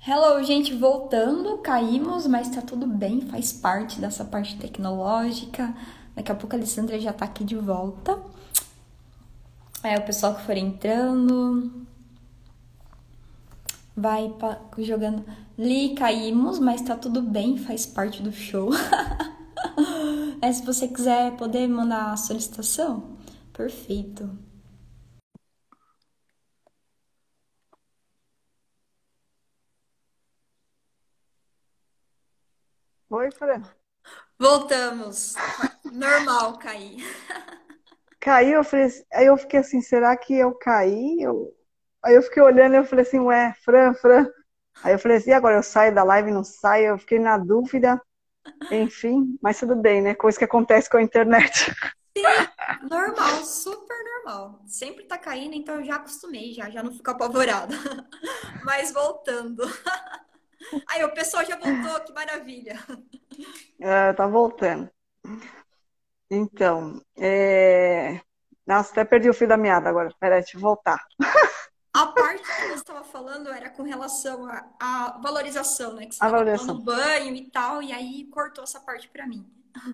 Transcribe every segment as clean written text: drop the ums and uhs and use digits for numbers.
Hello, gente, voltando, caímos, mas tá tudo bem, faz parte dessa parte tecnológica. Daqui a pouco a Alessandra já tá aqui de volta. É, o pessoal que for entrando, jogando. Li, caímos, mas tá tudo bem, faz parte do show. É, se você quiser poder mandar a solicitação, perfeito. Oi, Fran. Voltamos. Normal cair. Caiu, aí eu fiquei assim, será que eu caí? Aí eu fiquei olhando e eu falei assim, ué, Fran. Aí eu falei assim, e agora eu saio da live, não saio? Eu fiquei na dúvida, enfim, mas tudo bem, né? Coisa que acontece com a internet. Sim, normal, super normal. Sempre tá caindo, então eu já acostumei, já não fico apavorada. Mas voltando. Aí, o pessoal já voltou, que maravilha. Tá voltando. Então, nossa, até perdi o fio da meada agora. Peraí, deixa eu voltar. A parte que você estava falando era com relação à valorização, né? Que você A estava tomando avaliação. banho e tal, e aí cortou essa parte pra mim.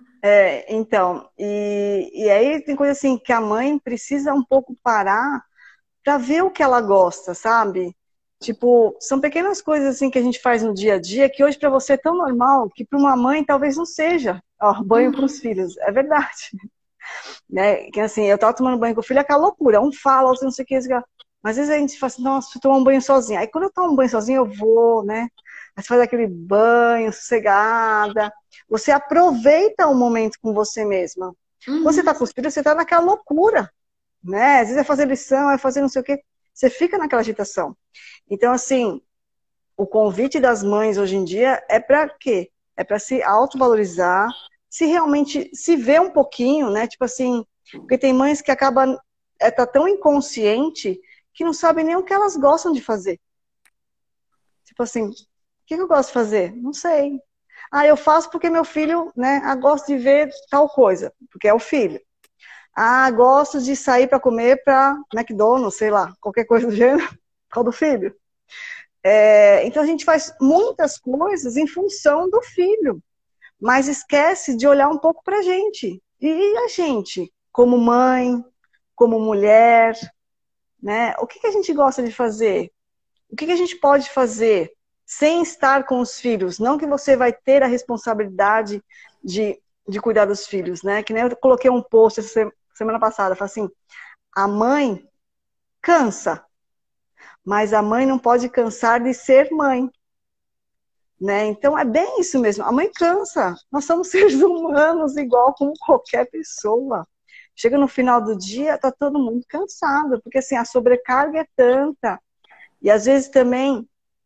Então, e aí tem coisa assim que a mãe precisa um pouco parar para ver o que ela gosta, sabe? Tipo, são pequenas coisas assim que a gente faz no dia a dia que hoje para você é tão normal que para uma mãe talvez não seja. Ó, banho para os Uhum. filhos, é verdade, né? Que assim, eu tava tomando banho com o filho, é aquela loucura, um fala, outro não sei o que, mas às vezes a gente fala assim, nossa, fui tomar um banho sozinha. Aí quando eu tomo um banho sozinha, eu vou, né? Aí você faz aquele banho sossegada, você aproveita o momento com você mesma. Quando você tá Uhum. com os filhos, você tá naquela loucura, né? Às vezes é fazer lição, é fazer não sei o quê. Você fica naquela agitação. Então, assim, o convite das mães hoje em dia é para quê? É para se autovalorizar, se realmente se ver um pouquinho, né? Tipo assim, porque tem mães que acabam tá tão inconsciente que não sabem nem o que elas gostam de fazer. Tipo assim, o que eu gosto de fazer? Não sei. Ah, eu faço porque meu filho, né, gosta de ver tal coisa, porque é o filho. Ah, gosto de sair para comer para McDonald's, sei lá, qualquer coisa do gênero, por causa do filho. Então a gente faz muitas coisas em função do filho, mas esquece de olhar um pouco para a gente. E a gente, como mãe, como mulher, né? O que a gente gosta de fazer? O que a gente pode fazer sem estar com os filhos? Não que você vai ter a responsabilidade de cuidar dos filhos, né? Que nem eu coloquei um post essa semana passada, falei assim, a mãe cansa, mas a mãe não pode cansar de ser mãe, né? Então é bem isso mesmo. A mãe cansa. Nós somos seres humanos igual como qualquer pessoa. Chega no final do dia, tá todo mundo cansado, porque assim a sobrecarga é tanta. E às vezes também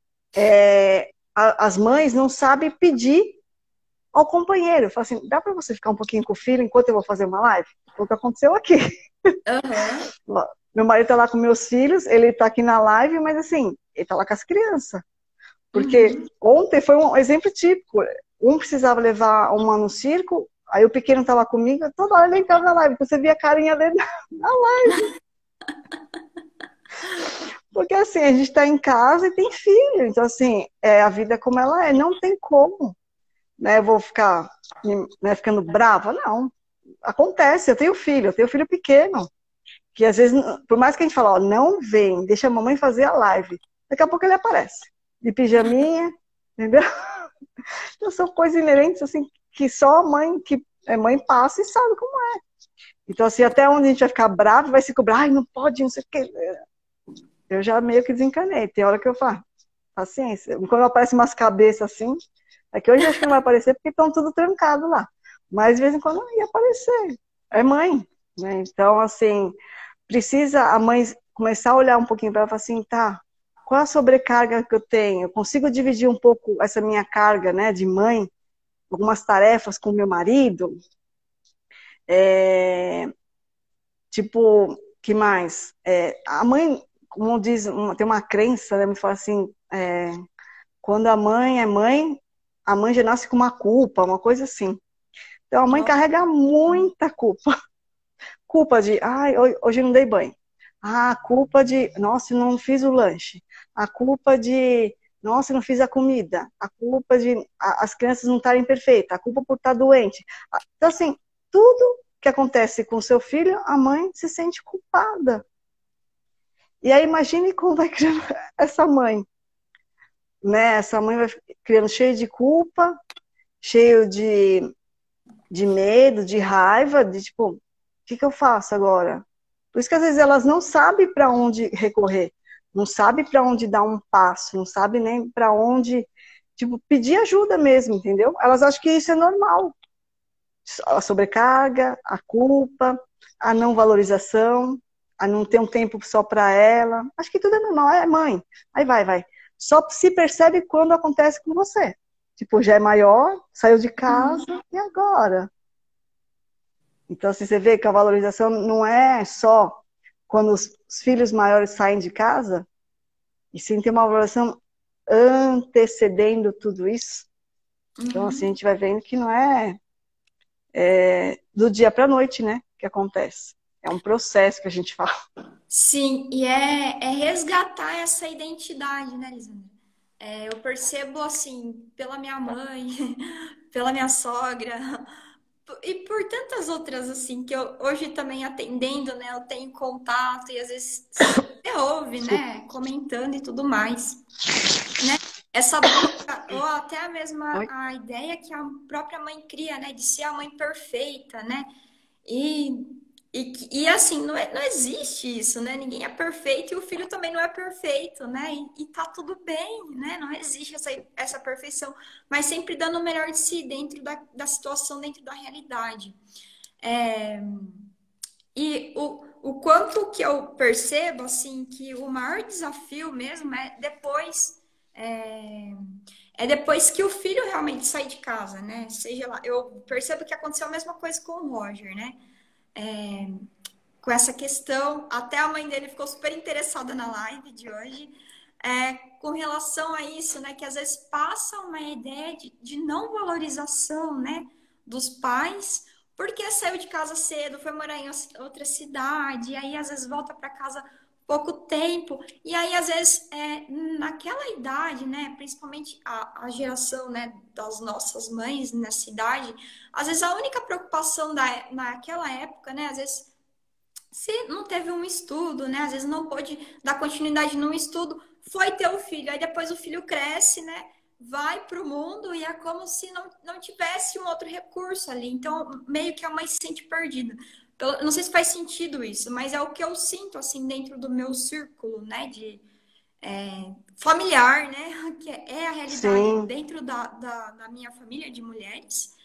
as mães não sabem pedir ao companheiro. Fala assim, dá para você ficar um pouquinho com o filho enquanto eu vou fazer uma live? Foi o que aconteceu aqui. Aham. Meu marido tá lá com meus filhos, ele tá aqui na live, mas assim, ele tá lá com as crianças. Porque Uhum. ontem foi um exemplo típico. Um precisava levar uma no circo, aí o pequeno estava comigo, toda hora ele entrava na live, você via a carinha dele na live. Porque assim, a gente está em casa e tem filho, então assim, a vida como ela é, não tem como, né? Eu vou ficar, né, ficando brava? Não. Acontece, eu tenho filho pequeno, que às vezes, por mais que a gente fale, ó, não vem, deixa a mamãe fazer a live, daqui a pouco ele aparece, de pijaminha, entendeu? Então, são coisas inerentes, assim, que só a mãe, que é mãe, passa e sabe como é. Então, assim, até onde a gente vai ficar bravo, vai se cobrar, ai, não pode, não sei o quê. Eu já meio que desencanei. Tem hora que eu falo, paciência. Quando aparecem umas cabeças assim, é que hoje acho que não vai aparecer porque estão tudo trancado lá. Mas de vez em quando ia aparecer. É mãe, né? Então, assim, precisa a mãe começar a olhar um pouquinho para ela e falar assim, tá, qual a sobrecarga que eu tenho? Eu consigo dividir um pouco essa minha carga, né, de mãe, algumas tarefas com meu marido, é, tipo, que mais? A mãe, como diz, tem uma crença, né, me fala assim, quando a mãe é mãe, a mãe já nasce com uma culpa, uma coisa assim. Então a mãe Nossa. carrega muita culpa. Culpa de, ai, hoje não dei banho. Ah, culpa de, nossa, não fiz o lanche. A culpa de Nossa, eu não fiz a comida. A culpa de as crianças não estarem perfeitas. A culpa por estar doente. Então, assim, tudo que acontece com o seu filho, a mãe se sente culpada. E aí, imagine como vai criando essa mãe. Né? Essa mãe vai criando cheio de culpa, cheio de medo, de raiva, de tipo, o que eu faço agora? Por isso que às vezes elas não sabem para onde recorrer, não sabem para onde dar um passo, não sabem nem para onde, tipo, pedir ajuda mesmo, entendeu? Elas acham que isso é normal. A sobrecarga, a culpa, a não valorização, a não ter um tempo só para ela. Acho que tudo é normal, é mãe. Aí vai. Só se percebe quando acontece com você. Tipo, já é maior, saiu de casa, e agora? Então, assim, você vê que a valorização não é só quando os filhos maiores saem de casa, e sim tem uma valorização antecedendo tudo isso. Então, assim, a gente vai vendo que não é, do dia para a noite, né, que acontece. É um processo que a gente fala. Sim, e é resgatar essa identidade, né, Lisandra? Eu percebo, assim, pela minha mãe, pela minha sogra, e por tantas outras, assim, que eu hoje também atendendo, né, eu tenho contato e às vezes você ouve, né, comentando e tudo mais, né? Essa busca, ou até a mesma Oi? a ideia que a própria mãe cria, né, de ser a mãe perfeita, né? E, e assim, não existe isso, né? Ninguém é perfeito e o filho também não é perfeito, né? E tá tudo bem, né? Não existe essa perfeição, mas sempre dando o melhor de si dentro da situação, dentro da realidade. E o quanto que eu percebo, assim, que o maior desafio mesmo é depois. É, é depois que o filho realmente sai de casa, né? Seja lá, eu percebo que aconteceu a mesma coisa com o Roger, né? Com essa questão. Até a mãe dele ficou super interessada na live de hoje, com relação a isso, né? Que às vezes passa uma ideia de não valorização, né? Dos pais, porque saiu de casa cedo, foi morar em outra cidade, e aí às vezes volta para casa pouco tempo, e aí às vezes naquela idade, né, principalmente a geração, né, das nossas mães nessa idade, às vezes a única preocupação naquela época, né, às vezes se não teve um estudo, né? Às vezes não pôde dar continuidade num estudo, foi ter o filho. Aí depois o filho cresce, né? Vai para o mundo e é como se não tivesse um outro recurso ali. Então, meio que a mãe se sente perdida. Não sei se faz sentido isso, mas é o que eu sinto, assim, dentro do meu círculo, né? Familiar, né? Que é a realidade Sim, dentro da minha família de mulheres.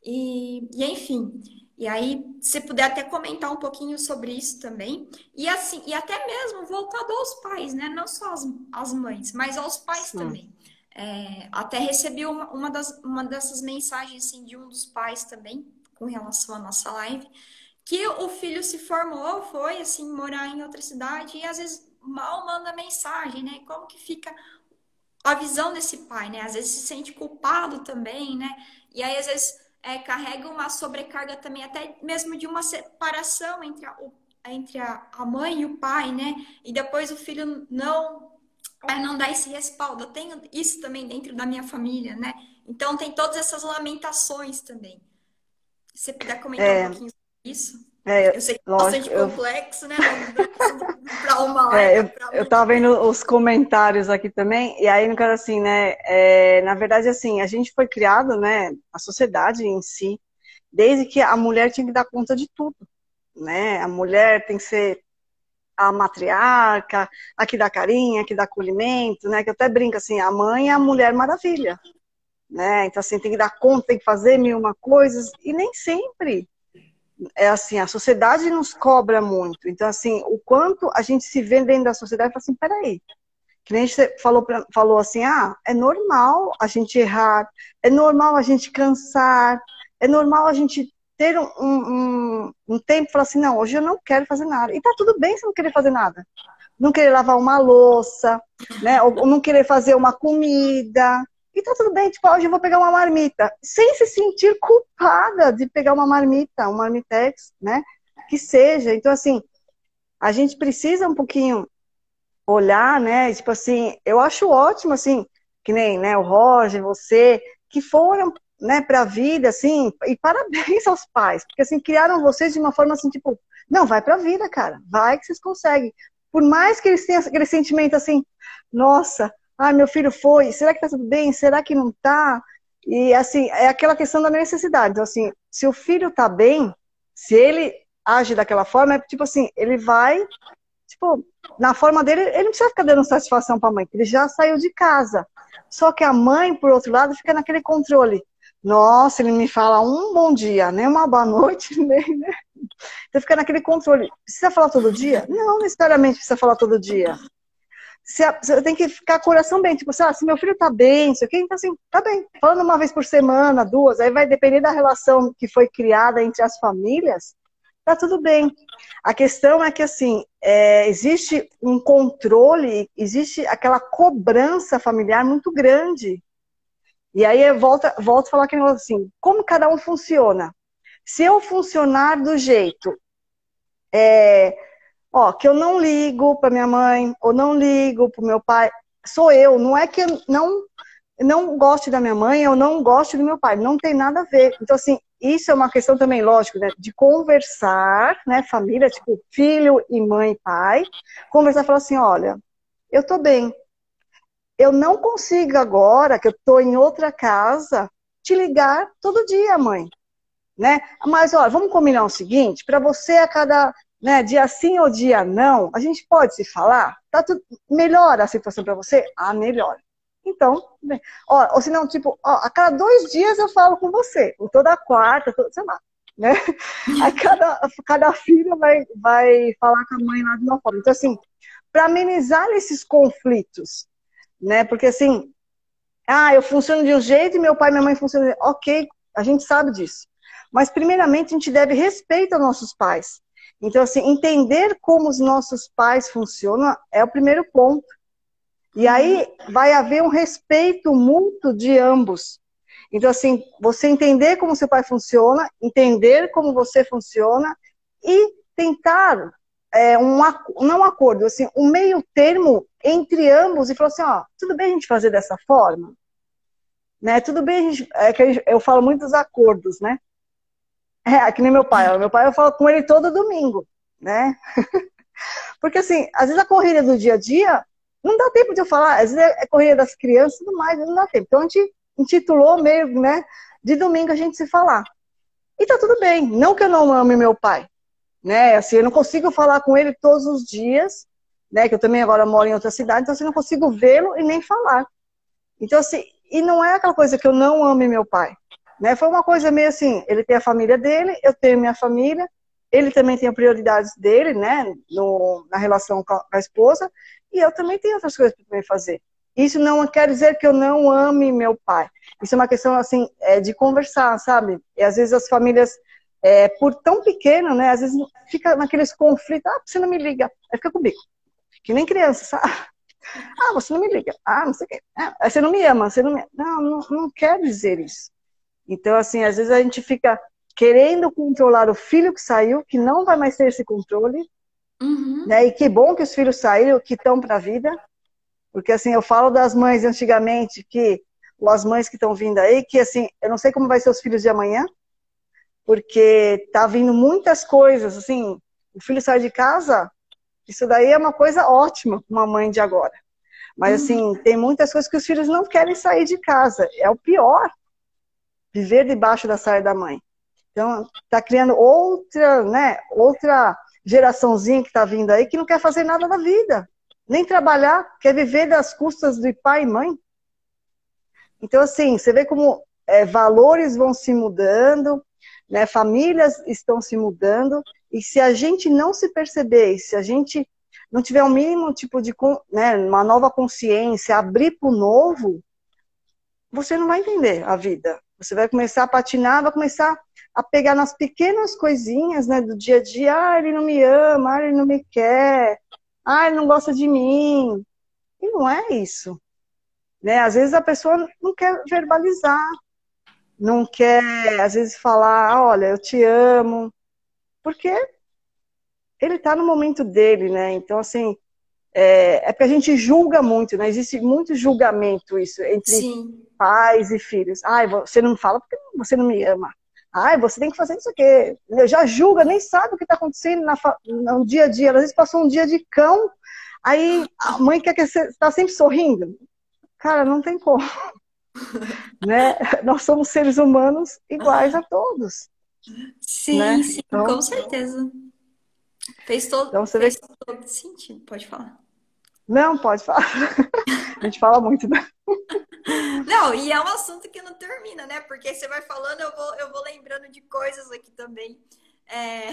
E enfim, e aí, se puder até comentar um pouquinho sobre isso também. E assim, e até mesmo voltado aos pais, né? Não só as mães, mas aos pais sim. também. Até recebi uma dessas mensagens assim, de um dos pais também, com relação à nossa live, que o filho se formou, foi assim, morar em outra cidade, e às vezes mal manda mensagem, né? Como que fica a visão desse pai, né? Às vezes se sente culpado também, né? E aí, às vezes, carrega uma sobrecarga também, até mesmo de uma separação entre a mãe e o pai, né? E depois o filho não dá esse respaldo. Eu tenho isso também dentro da minha família, né? Então, tem todas essas lamentações também. Se você puder comentar um É, pouquinho sobre isso. Eu é, sei que é lógico, bastante complexo, né? Não dá para uma live, é para eu muito tava vendo tempo. os comentários aqui também, e aí, no caso assim, né, na verdade, assim, a gente foi criado, né, a sociedade em si, desde que a mulher tinha que dar conta de tudo, né, a mulher tem que ser a matriarca, a que dá carinho, a que dá acolhimento, né, que eu até brinco assim, a mãe é a mulher maravilha, né, então assim, tem que dar conta, tem que fazer mil e uma coisas, e nem sempre é assim, a sociedade nos cobra muito. Então, assim, o quanto a gente se vê dentro da sociedade e fala assim, peraí, que nem você falou assim, é normal a gente errar, é normal a gente cansar, é normal a gente ter um tempo e falar assim, não, hoje eu não quero fazer nada. E tá tudo bem se não querer fazer nada. Não querer lavar uma louça, né? Ou não querer fazer uma comida. E tá tudo bem, tipo, hoje eu vou pegar uma marmita. Sem se sentir culpada de pegar uma marmita, um marmitex, né? Que seja. Então, assim, a gente precisa um pouquinho olhar, né? Tipo assim, eu acho ótimo, assim, que nem, né, o Roger, você, que foram, né, para a vida, assim, e parabéns aos pais, porque, assim, criaram vocês de uma forma, assim, tipo, não, vai para a vida, cara, vai que vocês conseguem. Por mais que eles tenham aquele sentimento, assim, nossa, ai, meu filho foi, será que tá tudo bem? Será que não tá? E, assim, é aquela questão da necessidade. Então, assim, se o filho tá bem, se ele age daquela forma, é tipo assim, ele vai, tipo, na forma dele, ele não precisa ficar dando satisfação para a mãe, porque ele já saiu de casa. Só que a mãe, por outro lado, fica naquele controle. Nossa, ele me fala um bom dia, nem uma boa noite, nem, né? Então fica naquele controle. Precisa falar todo dia? Não necessariamente precisa falar todo dia. Você tem que ficar com o coração bem, tipo, se meu filho tá bem, não sei o quê, então assim, tá bem. Falando uma vez por semana, duas, aí vai depender da relação que foi criada entre as famílias, tá tudo bem. A questão é que, assim, existe um controle, existe aquela cobrança familiar muito grande. E aí eu volto a falar aquele negócio assim, como cada um funciona? Se eu funcionar do jeito, que eu não ligo para minha mãe, ou não ligo para o meu pai, sou eu, não é que eu não goste da minha mãe, eu não gosto do meu pai, não tem nada a ver. Então, assim, isso é uma questão também, lógico, né, de conversar, né, família, tipo, filho e mãe e pai, conversar e falar assim, olha, eu tô bem, eu não consigo agora, que eu tô em outra casa, te ligar todo dia, mãe, né? Mas, olha, vamos combinar o seguinte, para você a cada, né, dia sim ou dia não, a gente pode se falar? Tá tudo, melhora a situação para você? Ah, melhora. Então, bem, ou se não, tipo, a cada 2 dias eu falo com você, ou toda quarta, sei lá, né? Aí cada filho vai falar com a mãe lá de uma forma. Então, assim, para amenizar esses conflitos, né? Porque, assim, eu funciono de um jeito e meu pai e minha mãe funcionam de outro. Ok, a gente sabe disso. Mas, primeiramente, a gente deve respeito aos nossos pais. Então, assim, entender como os nossos pais funcionam é o primeiro ponto. E aí vai haver um respeito mútuo de ambos. Então, assim, você entender como seu pai funciona, entender como você funciona e tentar não um acordo, assim, um meio termo entre ambos e falar assim, tudo bem a gente fazer dessa forma? Né? Tudo bem, eu falo muito dos acordos, né? Que nem meu pai. Meu pai eu falo com ele todo domingo, né? Porque, assim, às vezes a corrida do dia a dia não dá tempo de eu falar, às vezes é corrida das crianças e tudo mais, não dá tempo. Então a gente intitulou meio, né, de domingo a gente se falar. E tá tudo bem, não que eu não ame meu pai, né? Assim, eu não consigo falar com ele todos os dias, né? Que eu também agora moro em outra cidade, então assim, eu não consigo vê-lo e nem falar. Então, assim, e não é aquela coisa que eu não ame meu pai, né? Foi uma coisa meio assim, ele tem a família dele, eu tenho minha família, ele também tem as prioridades dele, né, na relação com a esposa, e eu também tenho outras coisas para fazer. Isso não quer dizer que eu não ame meu pai. Isso é uma questão, assim, de conversar, sabe? E às vezes as famílias, por tão pequeno, né, às vezes fica naqueles conflitos, você não me liga, aí fica comigo, que nem criança, sabe? Você não me liga, não sei o quê. Você não me ama, você não me... Não quer dizer isso. Então, assim, às vezes a gente fica querendo controlar o filho que saiu, que não vai mais ter esse controle, né? E que bom que os filhos saíram, que estão para a vida, porque, assim, eu falo das mães antigamente, ou as mães que estão vindo aí, que, assim, eu não sei como vai ser os filhos de amanhã, porque tá vindo muitas coisas, assim, o filho sai de casa, isso daí é uma coisa ótima para uma mãe de agora. Mas, assim, tem muitas coisas que os filhos não querem sair de casa. É o pior, viver debaixo da saia da mãe. Então, está criando outra, né, outra geraçãozinha que está vindo aí que não quer fazer nada da vida. Nem trabalhar, quer viver das custas de pai e mãe. Então, assim, você vê como valores vão se mudando, né, famílias estão se mudando, e se a gente não se perceber, se a gente não tiver um mínimo tipo de, né, uma nova consciência, abrir para o novo, você não vai entender a vida. Você vai começar a patinar, vai começar a pegar nas pequenas coisinhas, né, do dia a dia. Ele não me ama, ele não me quer, ele não gosta de mim. E não é isso. Né? Às vezes a pessoa não quer verbalizar, não quer, às vezes, falar, olha, eu te amo, porque ele está no momento dele, né? Então, assim, é porque a gente julga muito, né? Existe muito julgamento isso entre Sim. pais e filhos. Ai, você não me fala porque você não me ama. Ai, você tem que fazer isso aqui. Já julga, nem sabe o que está acontecendo no dia a dia. Às vezes passou um dia de cão, aí a mãe quer que você está sempre sorrindo. Cara, não tem como, né? Nós somos seres humanos iguais a todos, Sim, né? sim, com certeza. Então você vê. Fez todo sentido, pode falar. Não, pode falar. A gente fala muito, né? Não, e é um assunto que não termina, né? Porque você vai falando, eu vou lembrando de coisas aqui também. É,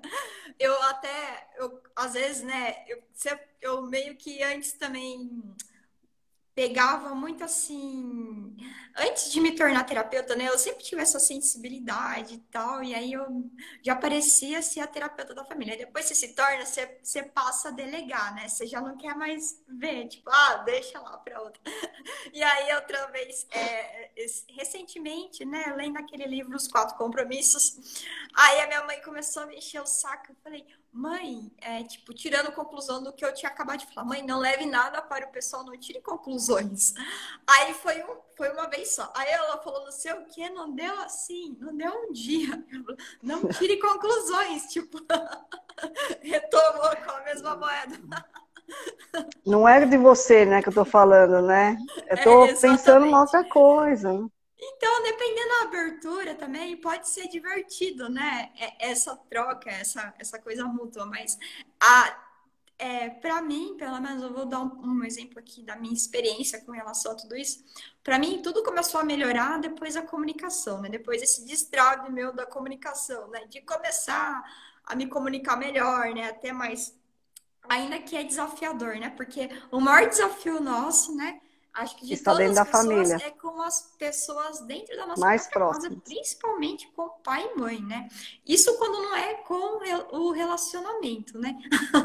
às vezes, né, eu meio que antes também pegava muito assim. Antes de me tornar terapeuta, né? Eu sempre tive essa sensibilidade e tal, e aí eu já parecia ser a terapeuta da família. Aí depois você se torna, você passa a delegar, né? Você já não quer mais ver, tipo, deixa lá pra outra. E aí, outra vez, recentemente, né, lendo aquele livro Os Quatro Compromissos, aí a minha mãe começou a me encher o saco. Eu falei, mãe, tipo, tirando conclusão do que eu tinha acabado de falar, mãe, não leve nada para o pessoal, não tire conclusões. Aí foi uma vez só. Aí ela falou, não sei o que, não deu assim, não deu um dia. Não tire conclusões, tipo, retomou com a mesma moeda. Não é de você, né, que eu tô falando, né? Eu tô pensando em Exatamente. outra coisa. Então, dependendo da abertura também, pode ser divertido, né? Essa troca, essa coisa mútua. Mas, para mim, pelo menos, eu vou dar um exemplo aqui da minha experiência com relação a tudo isso. Para mim, tudo começou a melhorar depois da comunicação, né? Depois desse destrave meu da comunicação, né? De começar a me comunicar melhor, né? Até mais, ainda que é desafiador, né? Porque o maior desafio nosso, né? Acho que de Está todas dentro as da pessoas família, é com as pessoas dentro da nossa mais própria casa, próximos. principalmente com pai e mãe, né? Isso quando não é com o relacionamento, né?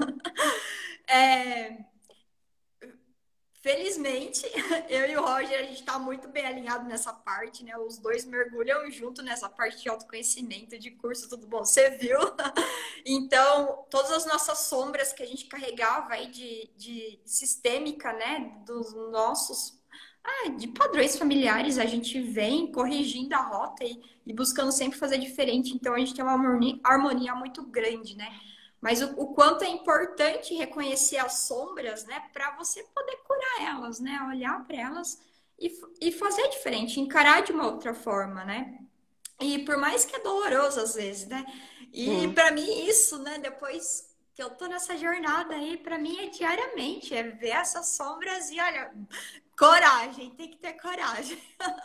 É, felizmente, eu e o Roger, a gente está muito bem alinhado nessa parte, né? Os dois mergulham junto nessa parte de autoconhecimento, de curso, tudo bom, você viu? Então, todas as nossas sombras que a gente carregava aí de sistêmica, né? Dos nossos de padrões familiares, a gente vem corrigindo a rota e buscando sempre fazer diferente. Então, a gente tem uma harmonia muito grande, né? Mas o quanto é importante reconhecer as sombras, né, para você poder curar elas, né, olhar para elas e fazer diferente, encarar de uma outra forma, né? E por mais que é doloroso às vezes, né? E Sim. para mim isso, né, depois que eu tô nessa jornada aí, para mim é diariamente, é ver essas sombras e olha, coragem, tem que ter coragem.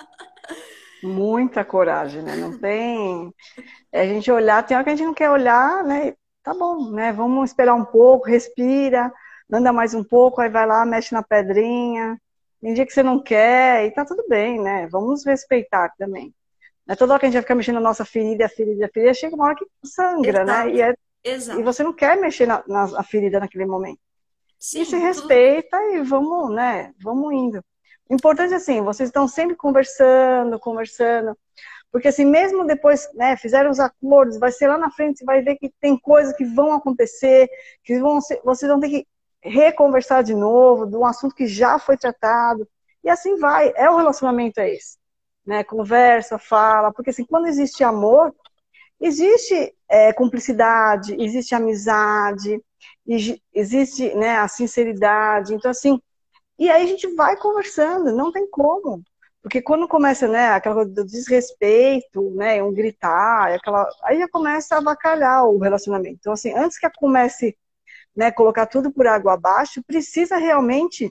Muita coragem, né? Não tem. A gente olhar, tem hora que a gente não quer olhar, né? Tá bom, né? Vamos esperar um pouco, respira, anda mais um pouco, aí vai lá, mexe na pedrinha. Tem dia que você não quer, e tá tudo bem, né? Vamos respeitar também. Não é toda hora que a gente vai ficar mexendo na nossa ferida, ferida, ferida, chega uma hora que sangra, né? Exato. E Exato. você não quer mexer na ferida naquele momento. E se Sim, tudo. respeita e vamos, né? Vamos indo. O importante é assim, vocês estão sempre conversando, conversando. Porque assim, mesmo depois, né, fizeram os acordos, vai ser lá na frente, você vai ver que tem coisas que vão acontecer, vocês vão ter que reconversar de novo, de um assunto que já foi tratado. E assim vai, é o relacionamento é esse. Né? Conversa, fala, porque assim, quando existe amor, existe cumplicidade, existe amizade, existe, né, a sinceridade. Então, assim, e aí a gente vai conversando, não tem como. Porque quando começa, né, aquela coisa do desrespeito, né, um gritar, aí já começa a avacalhar o relacionamento. Então, assim, antes que comece, né, colocar tudo por água abaixo, precisa realmente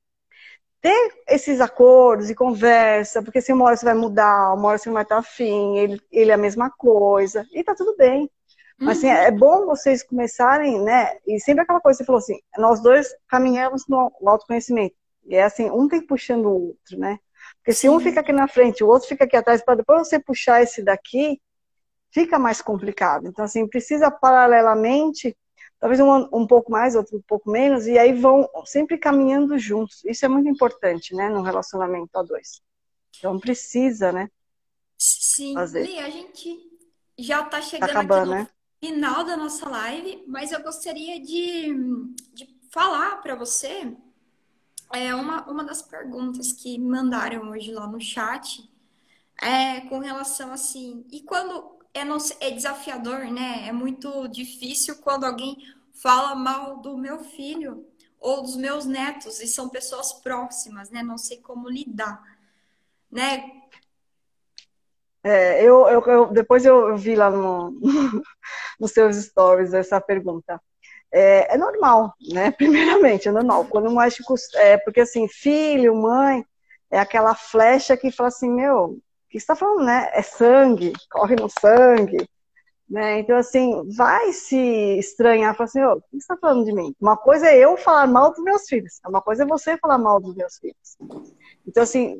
ter esses acordos e conversa, porque assim, uma hora você vai mudar, uma hora você não vai estar afim, ele é a mesma coisa, e tá tudo bem. Mas assim, Uhum. é bom vocês começarem, né? E sempre aquela coisa, você falou assim, nós dois caminhamos no autoconhecimento. E é assim, um tem puxando o outro, né? Porque se um fica Sim. aqui na frente, o outro fica aqui atrás, para depois você puxar esse daqui, fica mais complicado. Então, assim, precisa paralelamente, talvez um pouco mais, outro um pouco menos, e aí vão sempre caminhando juntos. Isso é muito importante, né, no relacionamento a dois. Então, precisa, né, Sim, fazer. Li, a gente já está Tá chegando aqui acabando, no né? final da nossa live, mas eu gostaria de falar para você uma das perguntas que me mandaram hoje lá no chat com relação assim, e quando é desafiador, né? É muito difícil quando alguém fala mal do meu filho ou dos meus netos e são pessoas próximas, né? Não sei como lidar, né? Depois eu vi lá no, nos seus stories essa pergunta. É normal, né? Primeiramente, é normal. Quando o médico. Porque assim, filho, mãe, é aquela flecha que fala assim: meu, o que você está falando, né? É sangue, corre no sangue, né? Então, assim, vai se estranhar, falar assim: ô, o que você está falando de mim? Uma coisa é eu falar mal dos meus filhos, uma coisa é você falar mal dos meus filhos. Então, assim,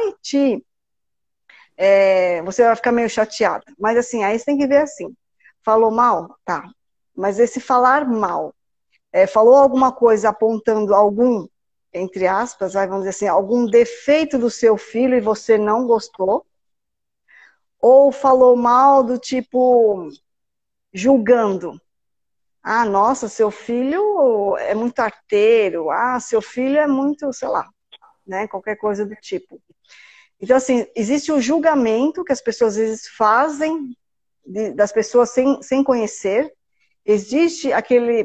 você vai ficar meio chateada. Mas, assim, aí você tem que ver assim: falou mal? Tá. Mas esse falar mal. Falou alguma coisa apontando algum, entre aspas, vamos dizer assim, algum defeito do seu filho e você não gostou? Ou falou mal do tipo, julgando? Ah, nossa, seu filho é muito arteiro. Ah, seu filho é muito, sei lá, né? Qualquer coisa do tipo. Então, assim, existe o julgamento que as pessoas às vezes fazem das pessoas sem conhecer. Existe aquele.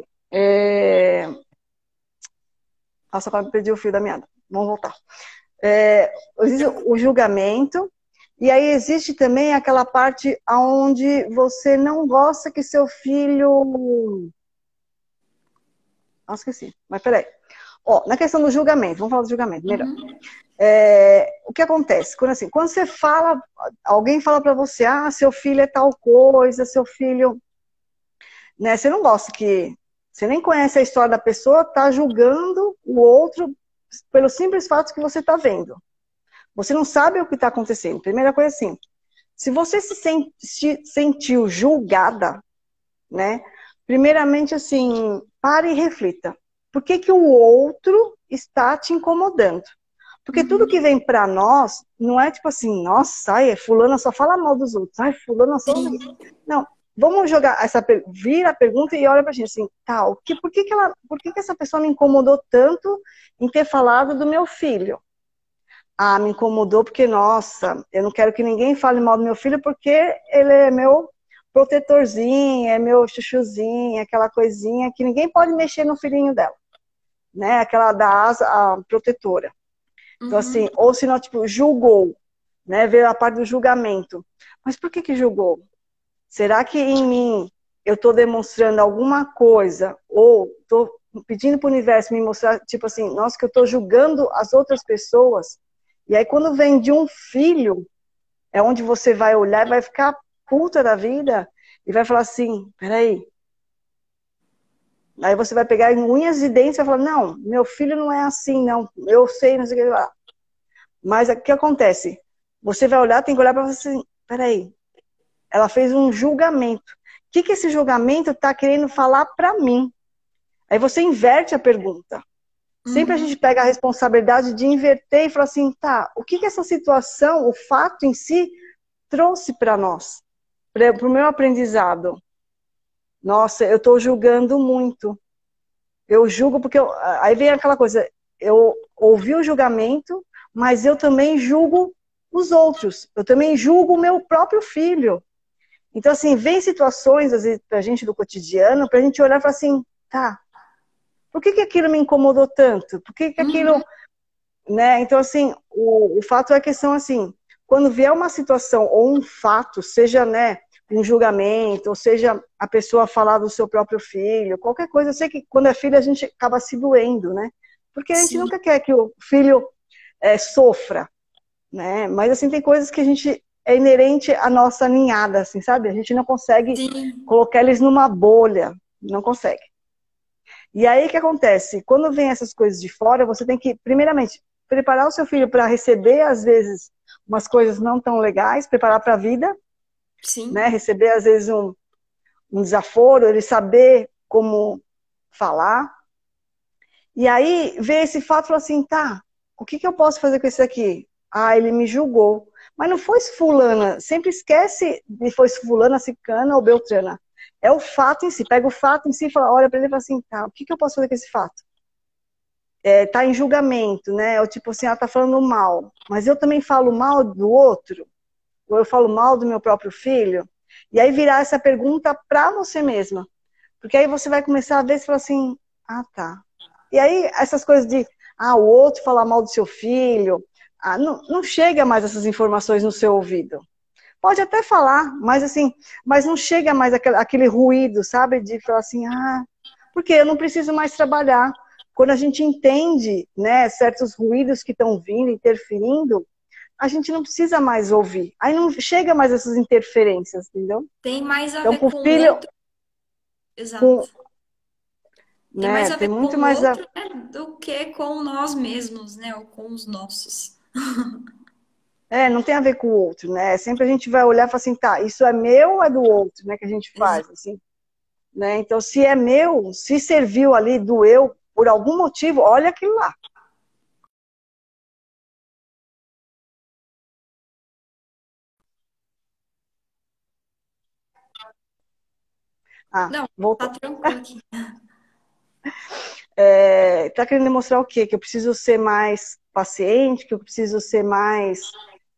Nossa, agora perdi o fio da meada. Vamos voltar. Existe o julgamento, e aí existe também aquela parte onde você não gosta que seu filho. Nossa, esqueci. Mas peraí. Na questão do julgamento, vamos falar do julgamento, melhor. O que acontece? Quando você fala, alguém fala para você, seu filho é tal coisa, seu filho. Né, você não gosta que. Você nem conhece a história da pessoa, tá julgando o outro pelo simples fato que você está vendo. Você não sabe o que está acontecendo. Primeira coisa assim, se você se sentiu julgada, né? Primeiramente assim, pare e reflita. Por que que o outro está te incomodando? Porque tudo que vem para nós não é tipo assim, nossa, fulana só fala mal dos outros, fulana só. Não. Vamos jogar vira a pergunta e olha pra gente assim, por que essa pessoa me incomodou tanto em ter falado do meu filho? Me incomodou porque, nossa, eu não quero que ninguém fale mal do meu filho porque ele é meu protetorzinho, é meu chuchuzinho, aquela coisinha que ninguém pode mexer no filhinho dela, né? Aquela da asa protetora. Então, assim, ou se não, tipo, julgou, né? Veio a parte do julgamento. Mas por que julgou? Será que em mim eu estou demonstrando alguma coisa ou estou pedindo para o universo me mostrar, tipo assim, nossa, que eu estou julgando as outras pessoas? E aí quando vem de um filho, é onde você vai olhar e vai ficar puta da vida e vai falar assim, peraí. Aí você vai pegar em unhas e dentes e vai falar, não, meu filho não é assim, não. Eu sei, não sei o que lá. Mas o que acontece? Você vai olhar, tem que olhar para você assim, peraí. Ela fez um julgamento. O que esse julgamento está querendo falar para mim? Aí você inverte a pergunta. Sempre a gente pega a responsabilidade de inverter e falar assim, o que essa situação, o fato em si, trouxe para nós? Para o meu aprendizado. Nossa, eu estou julgando muito. Eu julgo porque... Aí vem aquela coisa, eu ouvi o julgamento, mas eu também julgo os outros. Eu também julgo o meu próprio filho. Então, assim, vem situações, às vezes, pra gente do cotidiano, pra gente olhar e falar assim, por que aquilo me incomodou tanto? Por que aquilo... Né? Então, assim, o fato é a questão, assim, quando vier uma situação ou um fato, seja, né, um julgamento, ou seja, a pessoa falar do seu próprio filho, qualquer coisa, eu sei que quando é filho a gente acaba se doendo, né? Porque a gente nunca quer que o filho sofra, né? Mas, assim, tem coisas que a gente... é inerente à nossa ninhada, assim, sabe? A gente não consegue colocar eles numa bolha. Não consegue. E aí, o que acontece? Quando vem essas coisas de fora, você tem que, primeiramente, preparar o seu filho para receber, às vezes, umas coisas não tão legais, preparar para a vida, né? Receber, às vezes, um desaforo, ele saber como falar. E aí, ver esse fato e falar assim, o que eu posso fazer com isso aqui? Ele me julgou. Mas não foi fulana, sempre esquece de foi fulana, cicana ou beltrana. É o fato em si, pega o fato em si e olha para ele e fala assim, o que eu posso fazer com esse fato? tá em julgamento, né? Ou tipo assim, ela tá falando mal, mas eu também falo mal do outro, ou eu falo mal do meu próprio filho, e aí virar essa pergunta para você mesma. Porque aí você vai começar a ver e falar assim, ah, tá. E aí essas coisas de, o outro falar mal do seu filho, não chega mais essas informações no seu ouvido. Pode até falar, mas assim, mas não chega mais aquele ruído, sabe? De falar assim, porque eu não preciso mais trabalhar. Quando a gente entende, né, certos ruídos que estão vindo, interferindo, a gente não precisa mais ouvir. Aí não chega mais essas interferências, entendeu? Tem mais a Então, ver para o com o filho, outro, exato. com, Tem mais né, a ver tem com muito o mais a... outro, né, do que com nós mesmos, né? Ou com os nossos. Não tem a ver com o outro, né? Sempre a gente vai olhar e falar assim, tá, isso é meu ou é do outro, né? Que a gente faz, Exato. assim, né? Então, se é meu, se serviu ali do eu, por algum motivo, olha aquilo lá. Não, tá Voltou. tranquilo aqui. Tá querendo demonstrar o quê? Que eu preciso ser mais paciente, que eu preciso ser mais...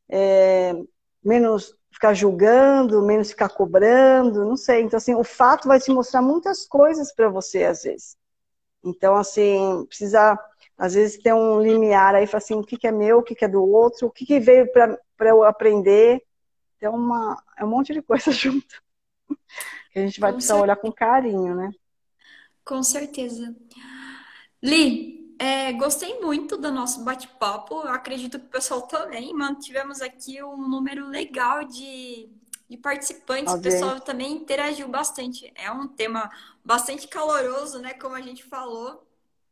menos ficar julgando, menos ficar cobrando, não sei. Então, assim, o fato vai te mostrar muitas coisas para você, às vezes. Então, assim, precisa, às vezes, ter um limiar aí, falar assim, o que que é meu, o que que é do outro, o que que veio para eu aprender. Então, é um monte de coisa junto, que a gente vai Com precisar olhar com carinho, né? Com certeza. Li, gostei muito do nosso bate-papo. Eu acredito que o pessoal também. Mantivemos aqui um número legal de participantes. O pessoal Audiência. também interagiu bastante. É um tema bastante caloroso, né? Como a gente falou.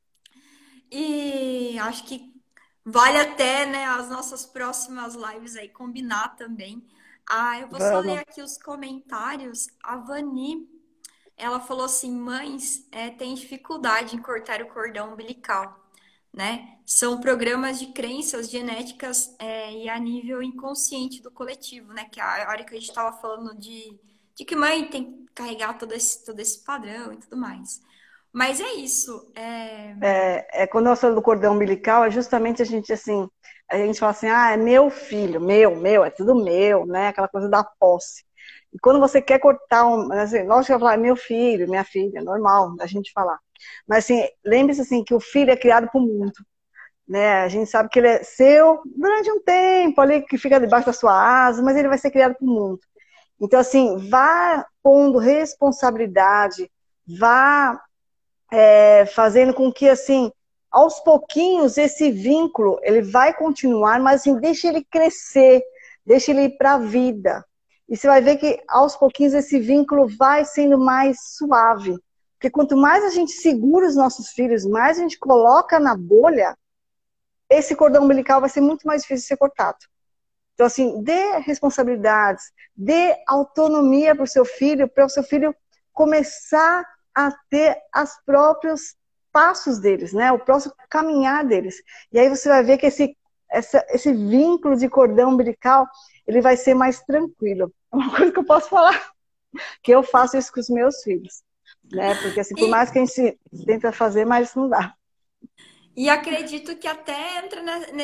E acho que vale até, né, as nossas próximas lives aí combinar também. Eu vou só ler Vamos. aqui os comentários. A Vani, ela falou assim: mães têm dificuldade em cortar o cordão umbilical, né? São programas de crenças genéticas e a nível inconsciente do coletivo, né? Que a hora que a gente estava falando de que mãe tem que carregar todo esse padrão e tudo mais. Mas é isso. Quando nós falamos do cordão umbilical, é justamente assim, a gente fala assim, é meu filho, meu, é tudo meu, né? Aquela coisa da posse. E quando você quer cortar assim, lógico que eu falar, meu filho, minha filha, é normal a gente falar. Mas assim, lembre-se assim, que o filho é criado para o mundo, né? A gente sabe que ele é seu durante um tempo ali, que fica debaixo da sua asa, mas ele vai ser criado para o mundo. Então, assim, vá pondo responsabilidade, vá fazendo com que, assim, aos pouquinhos, esse vínculo, ele vai continuar, mas assim, deixa ele crescer, deixa ele ir para a vida. E você vai ver que, aos pouquinhos, esse vínculo vai sendo mais suave. Porque quanto mais a gente segura os nossos filhos, mais a gente coloca na bolha, esse cordão umbilical vai ser muito mais difícil de ser cortado. Então, assim, dê responsabilidades, dê autonomia para o seu filho começar a ter os próprios passos deles, né? O próximo caminhar deles. E aí você vai ver que esse vínculo de cordão umbilical, ele vai ser mais tranquilo. É uma coisa que eu posso falar, que eu faço isso com os meus filhos, né? Porque, assim, por E, mais que a gente tenta fazer, mas não dá. e acredito que até entra,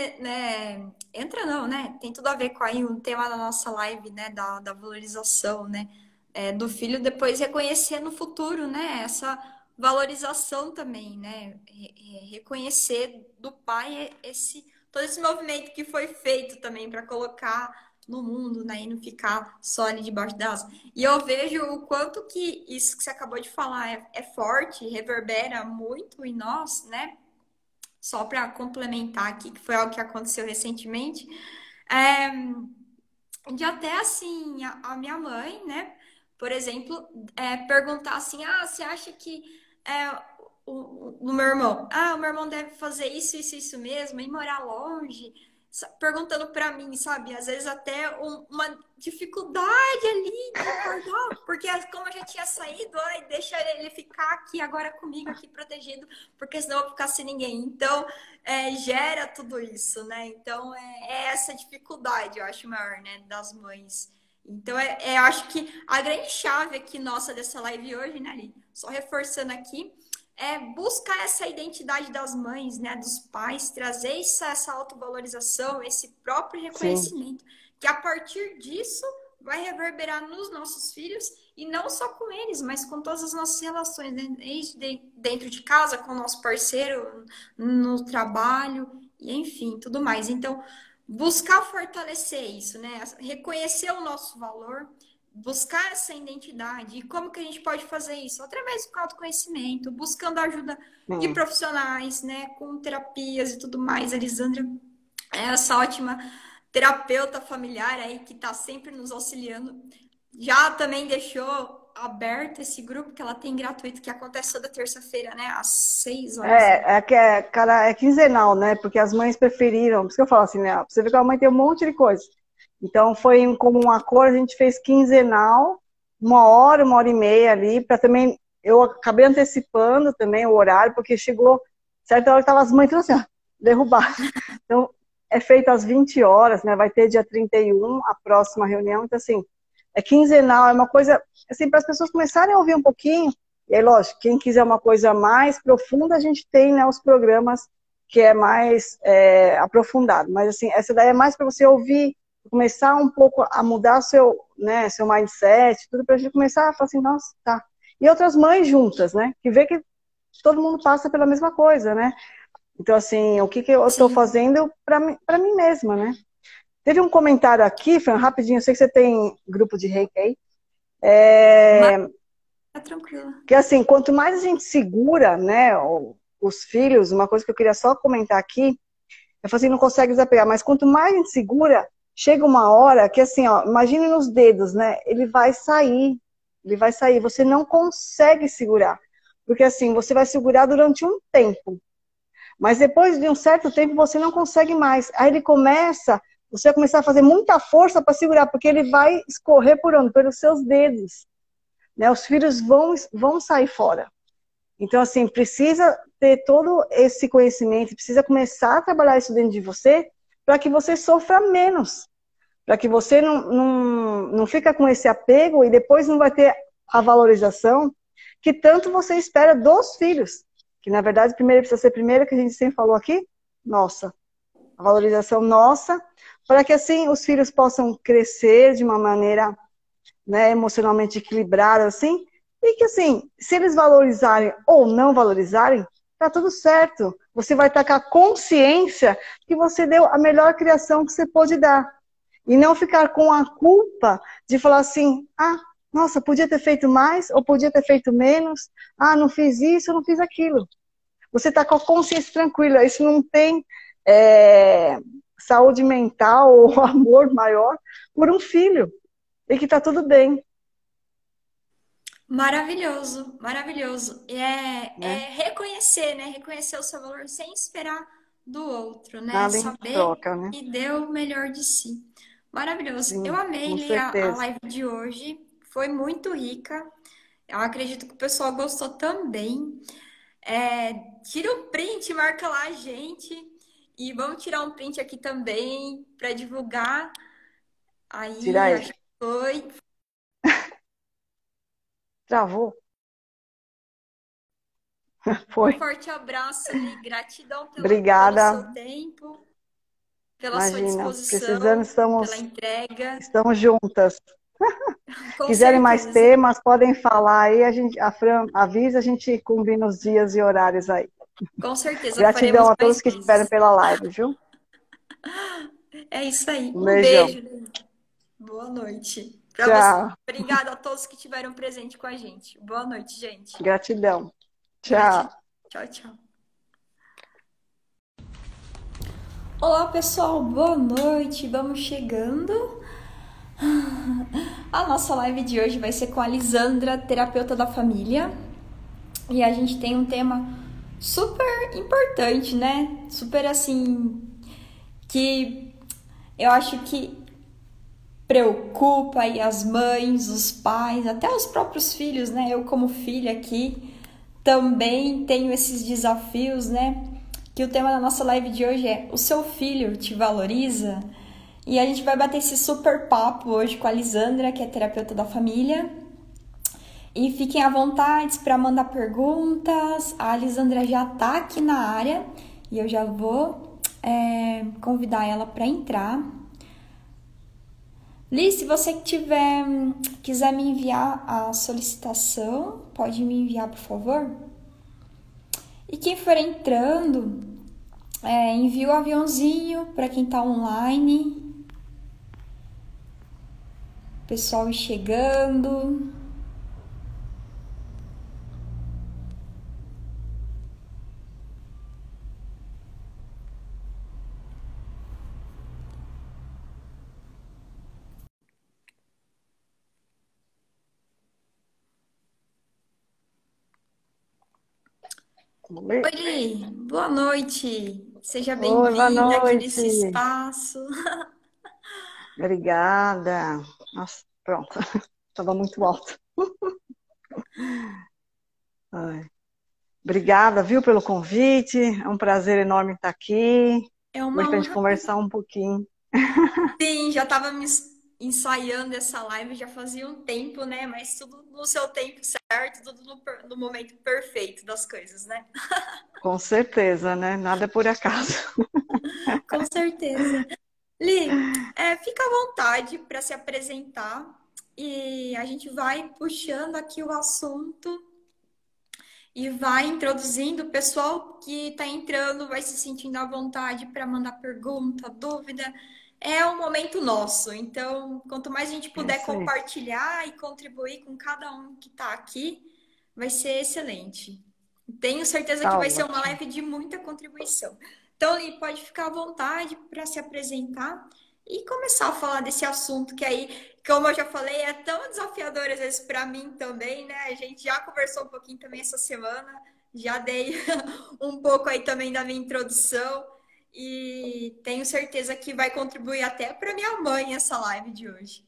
entra não, né? Tem tudo a ver com aí o tema da nossa live, né? Da valorização, né? Do filho depois reconhecer no futuro, né? Essa valorização também, né? Reconhecer do pai todo esse movimento que foi feito também para colocar no mundo, né? E não ficar só ali debaixo das. E eu vejo o quanto que isso que você acabou de falar é forte, reverbera muito em nós, né? Só para complementar aqui, que foi algo que aconteceu recentemente, é, de até assim, a minha mãe, né, por exemplo, perguntar assim: você acha que o meu irmão, o meu irmão deve fazer isso mesmo, e morar longe? Perguntando para mim, sabe? Às vezes até uma dificuldade ali de acordar, porque como eu já tinha saído, deixa ele ficar aqui agora comigo, aqui protegido, porque senão eu vou ficar sem ninguém. Então, gera tudo isso, né? Então, é essa dificuldade, eu acho, maior, né, das mães. Então, eu acho que a grande chave aqui nossa dessa live hoje, né, Ali? Só reforçando aqui, buscar essa identidade das mães, né, dos pais, trazer essa autovalorização, esse próprio Sim, reconhecimento, que a partir disso vai reverberar nos nossos filhos e não só com eles, mas com todas as nossas relações, né? Desde dentro de casa, com o nosso parceiro, no trabalho, e enfim, tudo mais. Então, buscar fortalecer isso, né? Reconhecer o nosso valor, buscar essa identidade. E como que a gente pode fazer isso? Através do autoconhecimento, buscando a ajuda de sim. profissionais, né? Com terapias e tudo mais. A Elisandra é essa ótima terapeuta familiar aí que está sempre nos auxiliando. Já também deixou aberto esse grupo que ela tem gratuito, que acontece toda terça-feira, né? Às 6 horas. Cara, é quinzenal, né? Porque as mães preferiram, por isso que eu falo assim, né? Você vê que a mãe tem um monte de coisa. Então, foi como um acordo, a gente fez quinzenal, 1 hora e meia ali, para também, eu acabei antecipando também o horário, porque chegou, certa hora que tava as mães tudo assim, ó, derrubadas. Então, é feito às 20 horas, né? Vai ter dia 31 a próxima reunião, então assim, é quinzenal, é uma coisa, assim, para as pessoas começarem a ouvir um pouquinho. E aí, lógico, quem quiser uma coisa mais profunda, a gente tem, né, os programas que é mais aprofundado. Mas, assim, essa daí é mais para você ouvir, começar um pouco a mudar seu, né, seu mindset, tudo para a gente começar a falar assim, nossa, tá. E outras mães juntas, né, que vê que todo mundo passa pela mesma coisa, né. Então, assim, o que, que eu estou Sim, fazendo para mim mesma, né. Teve um comentário aqui, Fran, rapidinho, eu sei que você tem grupo de reiki aí, mas tá tranquila. que assim, quanto mais a gente segura, né, os filhos, uma coisa que eu queria só comentar aqui, eu falei assim, não consegue desapegar, mas quanto mais a gente segura, chega uma hora que assim, ó, imagine nos dedos, né, ele vai sair, você não consegue segurar, porque assim, você vai segurar durante um tempo, mas depois de um certo tempo você não consegue mais, aí ele começa, você vai começar a fazer muita força para segurar, porque ele vai escorrer por onde? Pelos seus dedos, né, os filhos vão sair fora. Então, assim, precisa ter todo esse conhecimento, precisa começar a trabalhar isso dentro de você para que você sofra menos, para que você não fica com esse apego e depois não vai ter a valorização que tanto você espera dos filhos. Que, na verdade, primeiro precisa ser primeiro, que a gente sempre falou aqui, nossa. A valorização nossa, para que, assim, os filhos possam crescer de uma maneira, né, emocionalmente equilibrada, assim, e que, assim, se eles valorizarem ou não valorizarem, tá tudo certo. Você vai estar com a consciência que você deu a melhor criação que você pôde dar. E não ficar com a culpa de falar assim, ah, nossa, podia ter feito mais ou podia ter feito menos. Ah, não fiz isso, não fiz aquilo. Você está com a consciência tranquila. Isso não tem saúde mental ou amor maior por um filho. E que está tudo bem, Maravilhoso, maravilhoso. É né? reconhecer, né? Reconhecer o seu valor sem esperar do outro, né? Nada em Saber troca, né? que deu o melhor de si. Maravilhoso. Eu Sim, amei com ler a certeza. live de hoje. Foi muito rica. Eu acredito que o pessoal gostou também. Tira um print, marca lá a gente. E vamos tirar um print aqui também para divulgar. Tira Aí, ele. acho que foi. Travou? Um Foi. forte abraço e gratidão pelo seu Obrigada. tempo, pela sua Imagina, precisando, disposição, pela entrega. estamos juntas. Com Quiserem mais certeza, temas, podem falar aí, a Fran avisa, a gente combina os dias e horários aí. com certeza Gratidão faremos a mais todos que estiveram vezes. pela live, viu? É isso aí. Um Um beijão. beijo. Boa noite. Para você. Tchau. Obrigada a todos que estiveram presente com a gente. Boa noite, gente. Gratidão. Gratidão. Tchau. Tchau, tchau. Olá, pessoal. Boa noite. Vamos chegando. A nossa live de hoje vai ser com a Lisandra, terapeuta da família. E a gente tem um tema super importante, né? Super assim, que eu acho que preocupa aí as mães, os pais, até os próprios filhos, né? Eu como filha aqui também tenho esses desafios, né? Que o tema da nossa live de hoje é: o seu filho te valoriza? E a gente vai bater esse super papo hoje com a Lisandra, que é terapeuta da família. E fiquem à vontade para mandar perguntas. A Lisandra já tá aqui na área e eu já vou convidar ela para entrar. Liz, se você quiser me enviar a solicitação, pode me enviar, por favor. E quem for entrando, envia o aviãozinho para quem tá online. Pessoal chegando. Oi, Li, boa noite. Seja Oi, boa bem-vinda aqui noite. nesse espaço. Obrigada. Nossa, pronto. Estava muito alto. Ai. Obrigada, viu, pelo convite. É um prazer enorme estar aqui. É uma Hoje para a gente honra. conversar um pouquinho. Sim, já estava me ensaiando essa live já fazia um tempo, né? Mas tudo no seu tempo certo, tudo no momento perfeito das coisas, né? Com certeza, né? Nada é por acaso. Com certeza. Li, fica à vontade para se apresentar e a gente vai puxando aqui o assunto e vai introduzindo. O pessoal que está entrando vai se sentindo à vontade para mandar pergunta, dúvida. É um momento nosso, então quanto mais a gente É puder isso aí. compartilhar e contribuir com cada um que está aqui, vai ser excelente. Tenho certeza que Tá vai ser uma ótimo. live de muita contribuição. Então, Li, pode ficar à vontade para se apresentar e começar a falar desse assunto que aí, como eu já falei, é tão desafiador às vezes para mim também, né? A gente já conversou um pouquinho também essa semana, já dei um pouco aí também da minha introdução e tenho certeza que vai contribuir até para minha mãe essa live de hoje.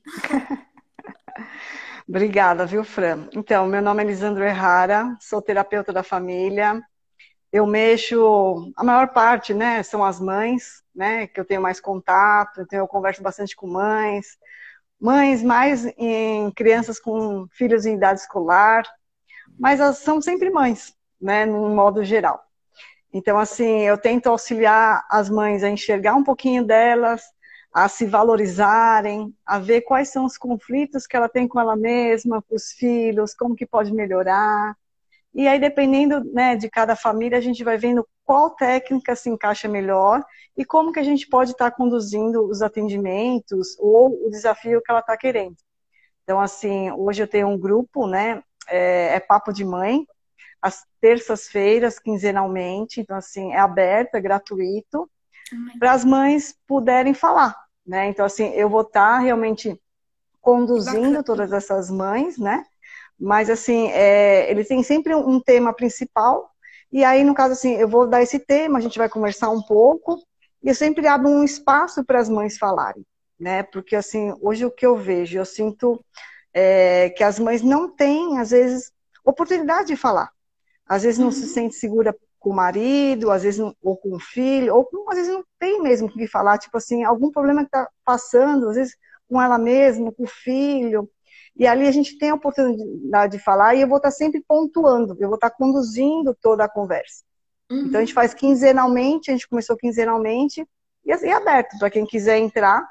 Obrigada, viu, Fran? Então, meu nome é Lisandro Errara, sou terapeuta da família. Eu mexo, a maior parte, né, são as mães, né, que eu tenho mais contato, então eu converso bastante com mães. Mães mais em crianças com filhos em idade escolar, mas elas são sempre mães, né, num modo geral. Então, assim, eu tento auxiliar as mães a enxergar um pouquinho delas, a se valorizarem, a ver quais são os conflitos que ela tem com ela mesma, com os filhos, como que pode melhorar. E aí, dependendo, né, de cada família, a gente vai vendo qual técnica se encaixa melhor e como que a gente pode estar conduzindo os atendimentos ou o desafio que ela está querendo. Então, assim, hoje eu tenho um grupo, né, é Papo de Mãe, às terças-feiras, quinzenalmente. Então, assim, é aberto, é gratuito, para as mães puderem falar, né? Então, assim, eu vou estar realmente Que bacana. conduzindo todas essas mães, né? Mas, assim, ele tem sempre um tema principal, e aí, no caso, assim, eu vou dar esse tema, a gente vai conversar um pouco, e eu sempre abro um espaço para as mães falarem, né? Porque, assim, hoje o que eu vejo, eu sinto que as mães não têm, às vezes, oportunidade de falar. Às vezes não se Uhum. sente segura com o marido, às vezes não, ou com o filho, ou às vezes não tem mesmo o que falar, tipo assim, algum problema que está passando, às vezes com ela mesma, com o filho. E ali a gente tem a oportunidade de falar e eu vou estar sempre pontuando, eu vou estar conduzindo toda a conversa. Então a gente Uhum. faz quinzenalmente, a gente começou quinzenalmente e assim, é aberto para quem quiser entrar,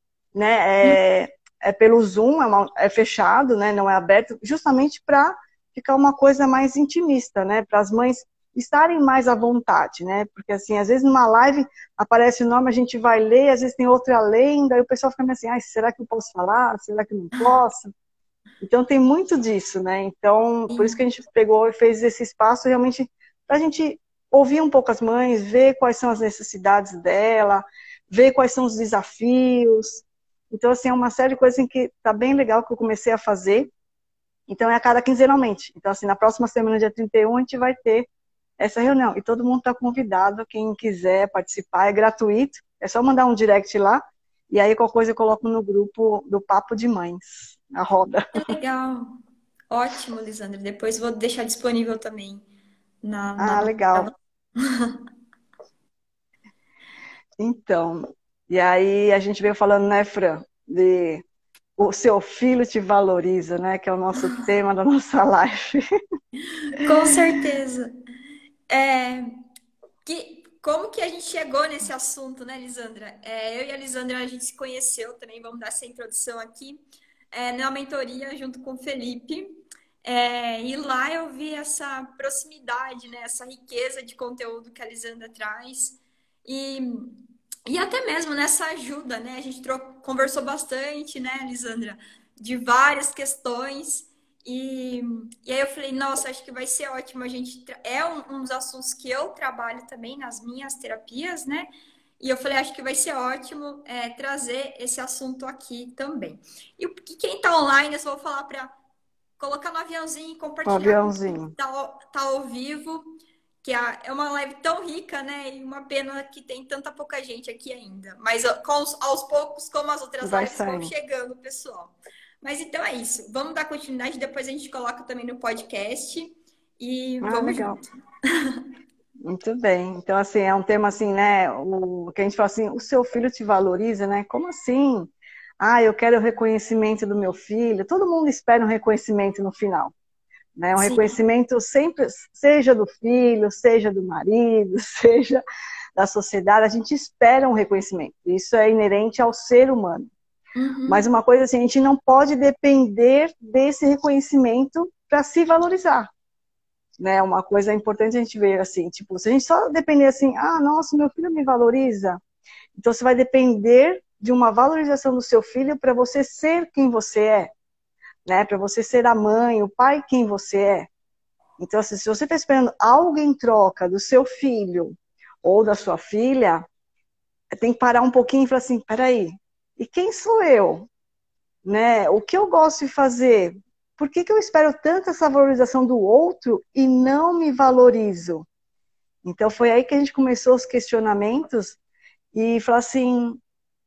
né? É pelo Zoom, é fechado, né? Não é aberto, justamente para ficar uma coisa mais intimista, né? Para as mães estarem mais à vontade, né? Porque assim, às vezes numa live aparece o nome, a gente vai ler, às vezes tem outra lenda, e o pessoal fica meio assim, ai, será que eu posso falar? Será que eu não posso? Então tem muito disso, né? Então, por isso que a Sim. gente pegou e fez esse espaço realmente para a gente ouvir um pouco as mães, ver quais são as necessidades dela, ver quais são os desafios. Então, assim, é uma série de coisas em que tá bem legal que eu comecei a fazer. Então, é a cada quinzenalmente. Então, assim, na próxima semana, dia 31 a gente vai ter essa reunião. E todo mundo está convidado, quem quiser participar, é gratuito. É só mandar um direct lá. E aí, qualquer coisa eu coloco no grupo do Papo de Mães, a roda. Que legal. Ótimo, Lisandra. Depois vou deixar disponível também na Ah, nossa legal. gravação. Então, e aí a gente veio falando, né, Fran, de o seu filho te valoriza, né? Que é o nosso tema da nossa live. Com certeza. É, como que a gente chegou nesse assunto, né, Lisandra? Eu e a Lisandra, a gente se conheceu também, vamos dar essa introdução aqui, na mentoria junto com o Felipe. E lá eu vi essa proximidade, né, essa riqueza de conteúdo que a Lisandra traz. E, e até mesmo nessa ajuda, né? A gente conversou bastante, né, Lisandra, de várias questões. E, e aí eu falei, nossa, acho que vai ser ótimo. A gente é um dos assuntos que eu trabalho também nas minhas terapias, né? E eu falei, acho que vai ser ótimo trazer esse assunto aqui também. E quem está online, eu só vou falar para colocar no aviãozinho e O compartilhar com quem aviãozinho. tá ao vivo, que é uma live tão rica, né? E uma pena que tem tanta pouca gente aqui ainda. Mas aos poucos, como as outras Vai lives, vão saindo. chegando, pessoal. Mas então é isso. Vamos dar continuidade, depois a gente coloca também no podcast e Ah, vamos legal. junto. Muito bem. Então, assim, é um tema assim, né? O que a gente fala assim, o seu filho te valoriza, né? Como assim? Ah, eu quero o reconhecimento do meu filho. Todo mundo espera um reconhecimento no final, né? Um Sim, reconhecimento sempre, seja do filho, seja do marido, seja da sociedade, a gente espera um reconhecimento. Isso é inerente ao ser humano. Mas uhum. uma coisa assim, a gente não pode depender desse reconhecimento para se valorizar. Né, uma coisa importante a gente ver assim, tipo, se a gente só depender assim, ah, nossa, meu filho me valoriza, então você vai depender de uma valorização do seu filho para você ser quem você é, né, para você ser a mãe, o pai quem você é. Então, assim, se você está esperando algo em troca do seu filho ou da sua filha, tem que parar um pouquinho e falar assim, peraí, e quem sou eu? Né? O que eu gosto de fazer? Por que eu espero tanto essa valorização do outro e não me valorizo? Então foi aí que a gente começou os questionamentos e falar assim,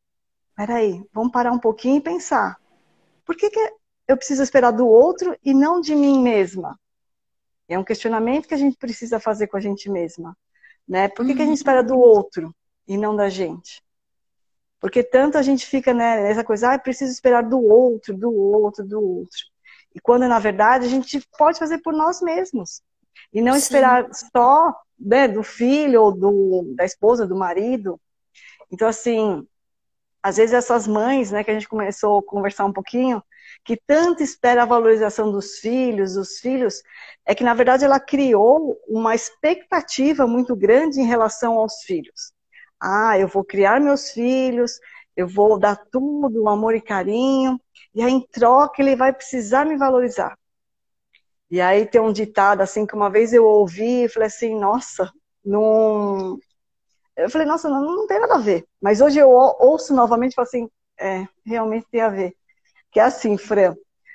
peraí, vamos parar um pouquinho e pensar. Por que eu preciso esperar do outro e não de mim mesma? É um questionamento que a gente precisa fazer com a gente mesma. Né? Por que a gente Uhum. espera do outro e não da gente? Porque tanto a gente fica né, nessa coisa, ah, preciso esperar do outro, do outro, do outro. E quando, na verdade, a gente pode fazer por nós mesmos. E não Sim, esperar só né, do filho ou da esposa, do marido. Então, assim, às vezes essas mães, né, que a gente começou a conversar um pouquinho, que tanto espera a valorização dos filhos, é que, na verdade, ela criou uma expectativa muito grande em relação aos filhos. Ah, eu vou criar meus filhos, eu vou dar tudo, amor e carinho, e aí, em troca, ele vai precisar me valorizar. E aí tem um ditado, assim, que uma vez eu ouvi e falei assim, nossa, não... Eu falei, nossa, não tem nada a ver. Mas hoje eu ouço novamente e falo assim, realmente tem a ver. Que é assim, Fran,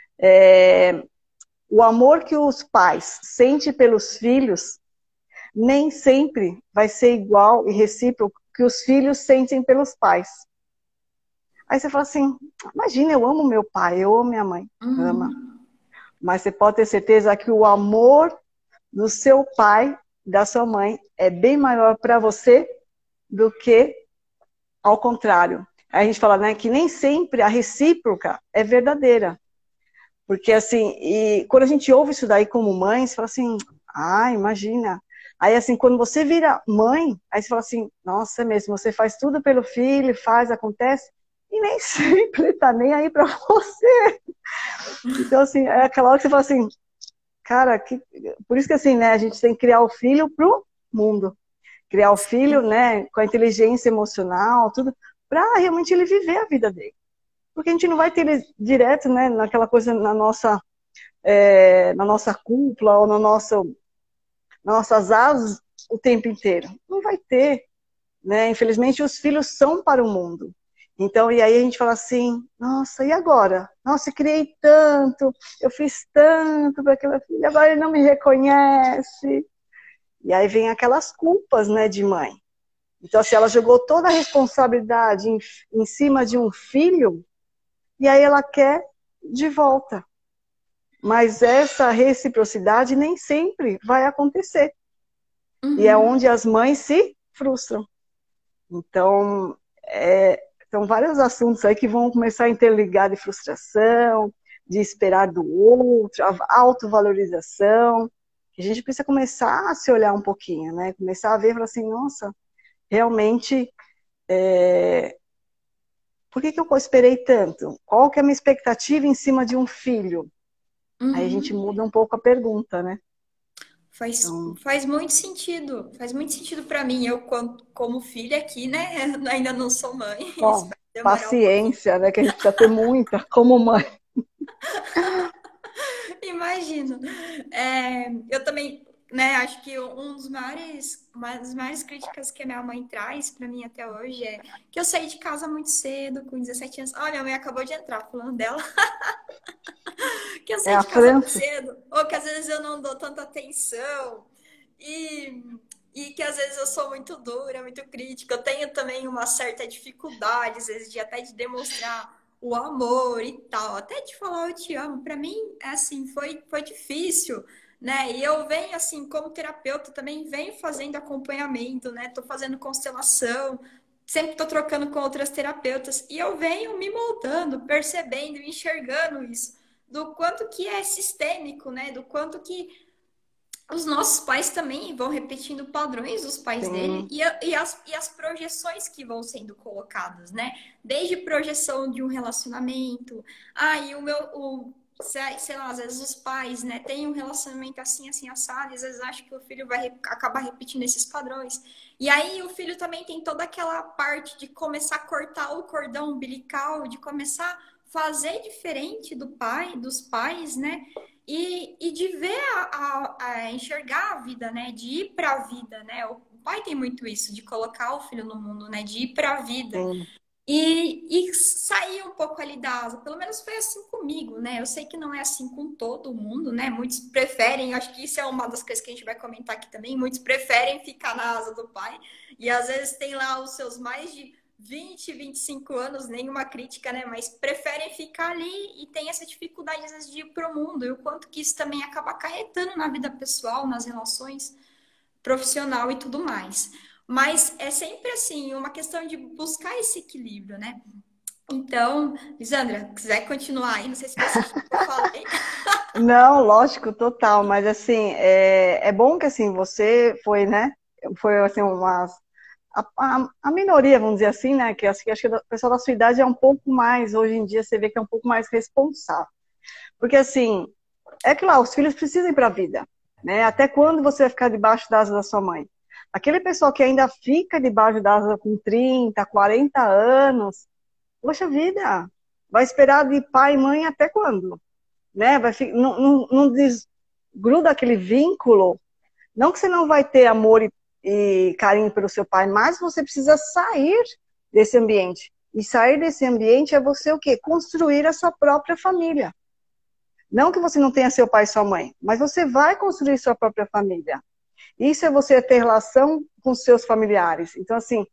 o amor que os pais sentem pelos filhos nem sempre vai ser igual e recíproco que os filhos sentem pelos pais. Aí você fala assim, imagina, eu amo meu pai, eu amo minha mãe. Ama. uhum. Mas você pode ter certeza que o amor do seu pai, da sua mãe, é bem maior para você do que ao contrário. A gente fala né, que nem sempre a recíproca é verdadeira. Porque assim, e quando a gente ouve isso daí como mãe, você fala assim, ah, imagina. Aí assim, quando você vira mãe, aí você fala assim, nossa, é mesmo, você faz tudo pelo filho, faz, acontece, e nem sempre tá nem aí para você. Então assim, é aquela hora que você fala assim, cara, por isso que assim, né, a gente tem que criar o filho pro mundo. Criar o filho, né, com a inteligência emocional, tudo, para realmente ele viver a vida dele. Porque a gente não vai ter ele direto, né, naquela coisa na nossa cúpula ou nas nossas asas o tempo inteiro. Não vai ter, né? Infelizmente os filhos são para o mundo. Então, e aí a gente fala assim, nossa, e agora? Nossa, eu criei tanto, eu fiz tanto para aquela filha, agora ele não me reconhece. E aí vem aquelas culpas, né, de mãe. Então, assim, ela jogou toda a responsabilidade em cima de um filho, e aí ela quer de volta. Mas essa reciprocidade nem sempre vai acontecer. E é Uhum. onde as mães se frustram. Então, São vários assuntos aí que vão começar a interligar de frustração, de esperar do outro, a autovalorização. A gente precisa começar a se olhar um pouquinho, né? Começar a ver e falar assim, nossa, realmente, por que eu esperei tanto? Qual que é a minha expectativa em cima de um filho? Aí a gente Uhum. muda um pouco a pergunta, né? Faz, Então, faz muito sentido para mim. Eu, como filha aqui, né, ainda não sou mãe, isso ó, vai demorar um pouquinho. paciência, né? Que a gente precisa ter muita como mãe. Imagino. Eu também, né, acho que uma das maiores críticas que a minha mãe traz para mim até hoje é que eu saí de casa muito cedo, com 17 anos. Olha, minha mãe acabou de entrar falando dela, que eu É saí a de casa muito França. cedo, ou que às vezes eu não dou tanta atenção, e, e que às vezes eu sou muito dura, muito crítica. Eu tenho também uma certa dificuldade, às vezes, até de demonstrar o amor e tal, até de falar eu te amo. Para mim, é assim, foi difícil, né? E eu venho, assim, como terapeuta, também venho fazendo acompanhamento, né? Tô fazendo constelação, sempre tô trocando com outras terapeutas, e eu venho me moldando, percebendo, enxergando isso do quanto que é sistêmico, né? Do quanto que os nossos pais também vão repetindo padrões dos pais dele Sim, e as projeções que vão sendo colocadas, né? Desde projeção de um relacionamento, e sei lá, às vezes os pais, né, têm um relacionamento assim, assim, assado, e às vezes acham que o filho vai acabar repetindo esses padrões. E aí o filho também tem toda aquela parte de começar a cortar o cordão umbilical, de começar a fazer diferente do pai, dos pais, né? E de ver a enxergar a vida, né? De ir para a vida, né? O pai tem muito isso, de colocar o filho no mundo, né? De ir para a vida. sim. E sair um pouco ali da asa. Pelo menos foi assim comigo, né? Eu sei que não é assim com todo mundo, né? Muitos preferem, acho que isso é uma das coisas que a gente vai comentar aqui também. Muitos preferem ficar na asa do pai. E às vezes tem lá os seus mais de 20, 25 anos, nenhuma crítica, né? Mas preferem ficar ali e tem essa dificuldade, às vezes, de ir para o mundo. E o quanto que isso também acaba acarretando na vida pessoal, nas relações profissional e tudo mais. Mas é sempre assim, uma questão de buscar esse equilíbrio, né? Então, Lisandra, quiser continuar aí, não sei se você achou que eu falei. Não, lógico, total, mas assim, é bom que assim, você foi, né? Foi assim, a minoria, vamos dizer assim, né? Que acho que o pessoal da sua idade é um pouco mais, hoje em dia, você vê que é um pouco mais responsável. Porque assim, é claro, os filhos precisam ir para a vida, né? Até quando você vai ficar debaixo da asa da sua mãe? Aquele pessoal que ainda fica debaixo da asa com 30, 40 anos, poxa vida, vai esperar de pai e mãe até quando? Né? Não desgruda aquele vínculo. Não que você não vai ter amor e carinho pelo seu pai, mas você precisa sair desse ambiente. E sair desse ambiente é você o quê? Construir a sua própria família. Não que você não tenha seu pai e sua mãe, mas você vai construir sua própria família. Isso é você ter relação com seus familiares. Então, assim,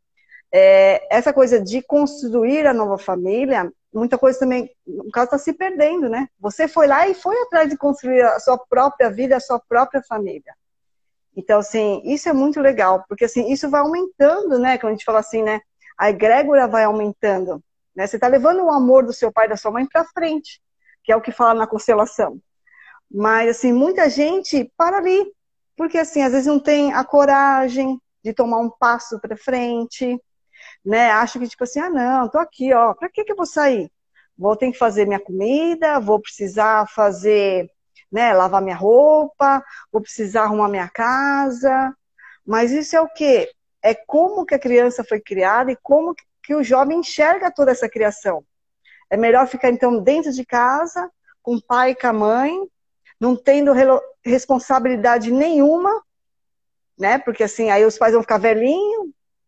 essa coisa de construir a nova família, muita coisa também, no caso, está se perdendo, né? Você foi lá e foi atrás de construir a sua própria vida, a sua própria família. Então, assim, isso é muito legal, porque, assim, isso vai aumentando, né? Quando a gente fala assim, né? A egrégora vai aumentando, né? Você está levando o amor do seu pai e da sua mãe para frente, que é o que fala na constelação. Mas, assim, muita gente para ali, porque, assim, às vezes não tem a coragem de tomar um passo para frente, né? Acho que, tipo assim, não, tô aqui, ó, pra que eu vou sair? Vou ter que fazer minha comida, vou precisar fazer, né, lavar minha roupa, vou precisar arrumar minha casa. Mas isso é o quê? É como que a criança foi criada e como que o jovem enxerga toda essa criação. É melhor ficar, então, dentro de casa, com o pai e com a mãe, não tendo responsabilidade nenhuma, né? Porque assim, aí os pais vão ficar velhinhos.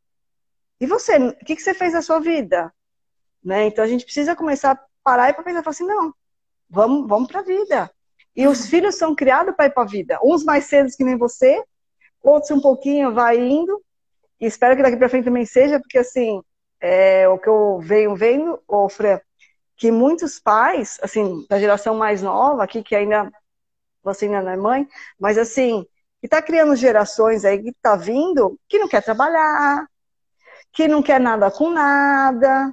E você, o que você fez na sua vida? Né? Então a gente precisa começar a parar e pensar assim, não, vamos para a vida. E os filhos são criados para ir para a vida. Uns mais cedo que nem você, outros um pouquinho vai indo. E espero que daqui para frente também seja, porque assim, o que eu venho vendo, Fran, que muitos pais, assim, da geração mais nova, aqui que ainda você ainda não é mãe, mas assim, que está criando gerações aí que está vindo, que não quer trabalhar, que não quer nada com nada,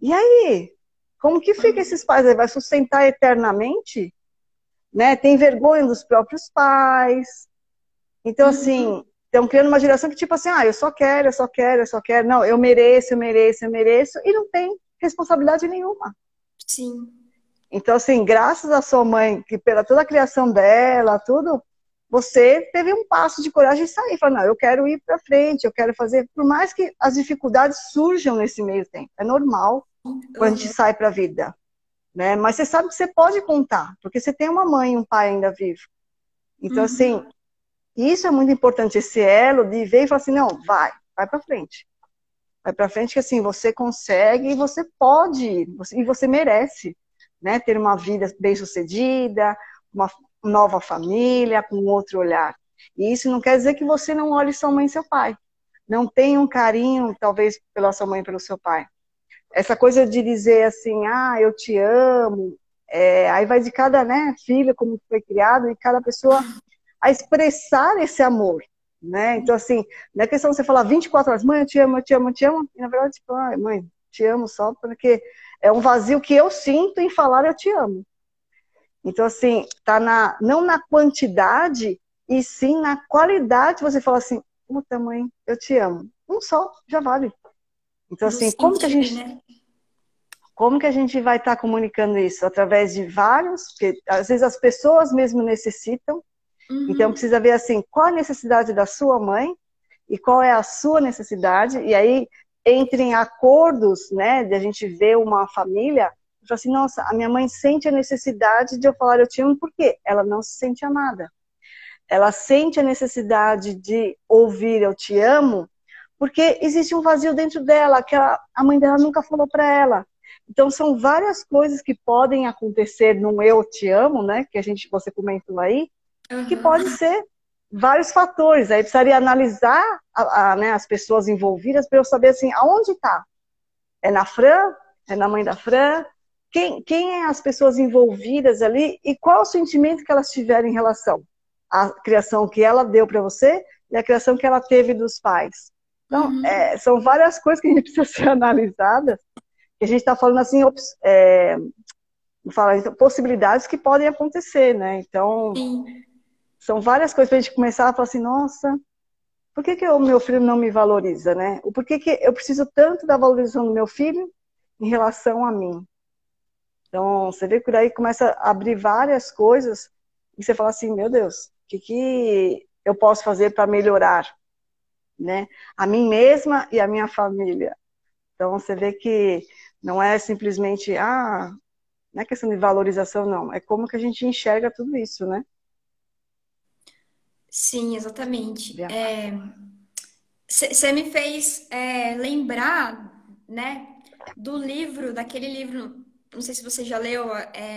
E aí? Como que fica esses pais? Vai sustentar eternamente? Né? Tem vergonha dos próprios pais. Então, Uhum. assim, estão criando uma geração que, tipo assim, eu só quero, eu só quero, eu só quero. Não, eu mereço, eu mereço, eu mereço. E não tem responsabilidade nenhuma. Sim. Então, assim, graças à sua mãe, que pela toda a criação dela, tudo, você teve um passo de coragem de sair. Falar, não, eu quero ir para frente, eu quero fazer. Por mais que as dificuldades surjam nesse meio tempo. É normal quando a gente Uhum. sai para a vida. Né? Mas você sabe que você pode contar, porque você tem uma mãe e um pai ainda vivo. Então, assim, Uhum. isso é muito importante, esse elo de ver e falar assim, não, vai para frente. Vai para frente que assim, você consegue e você pode, e você merece, né? Ter uma vida bem-sucedida, uma nova família, com outro olhar. E isso não quer dizer que você não olhe sua mãe e seu pai. Não tenha um carinho, talvez, pela sua mãe e pelo seu pai. Essa coisa de dizer assim, eu te amo, aí vai de cada, né, filho, como foi criado, e cada pessoa a expressar esse amor, né? Então, assim, não é questão de você falar 24 horas, mãe, eu te amo, eu te amo, eu te amo, e na verdade, tipo, mãe, te amo só porque é um vazio que eu sinto em falar eu te amo. Então, assim, tá não na quantidade, e sim na qualidade, você fala assim, puta mãe, eu te amo. Um só, já vale. Então, Do assim, sentir, né? como que a gente vai estar comunicando isso? Através de vários, porque às vezes as pessoas mesmo necessitam, então Uhum. precisa ver assim, qual a necessidade da sua mãe e qual é a sua necessidade, e aí entre em acordos, né, de a gente ver uma família, e fala assim, nossa, a minha mãe sente a necessidade de eu falar eu te amo, por quê? Ela não se sente amada. Ela sente a necessidade de ouvir eu te amo, porque existe um vazio dentro dela, que a mãe dela nunca falou para ela. Então são várias coisas que podem acontecer num eu te amo, né, que você comentou aí, que pode Uhum. ser vários fatores. Aí precisaria analisar né, as pessoas envolvidas para eu saber assim, aonde está? É na Fran? É na mãe da Fran? Quem é as pessoas envolvidas ali e qual o sentimento que elas tiveram em relação à criação que ela deu para você e a criação que ela teve dos pais? Então, Uhum. são várias coisas que a gente precisa ser analisadas, que a gente está falando assim, então, possibilidades que podem acontecer, né? Então, Sim. são várias coisas para a gente começar a falar assim, nossa, por que o meu filho não me valoriza, né? O porquê que eu preciso tanto da valorização do meu filho em relação a mim? Então, você vê que por aí começa a abrir várias coisas e você fala assim, meu Deus, o que eu posso fazer para melhorar, né? A mim mesma e a minha família. Então, você vê que não é simplesmente, não é questão de valorização, não. É como que a gente enxerga tudo isso, né? Sim, exatamente. Você me fez lembrar, né, do livro, daquele livro, não sei se você já leu,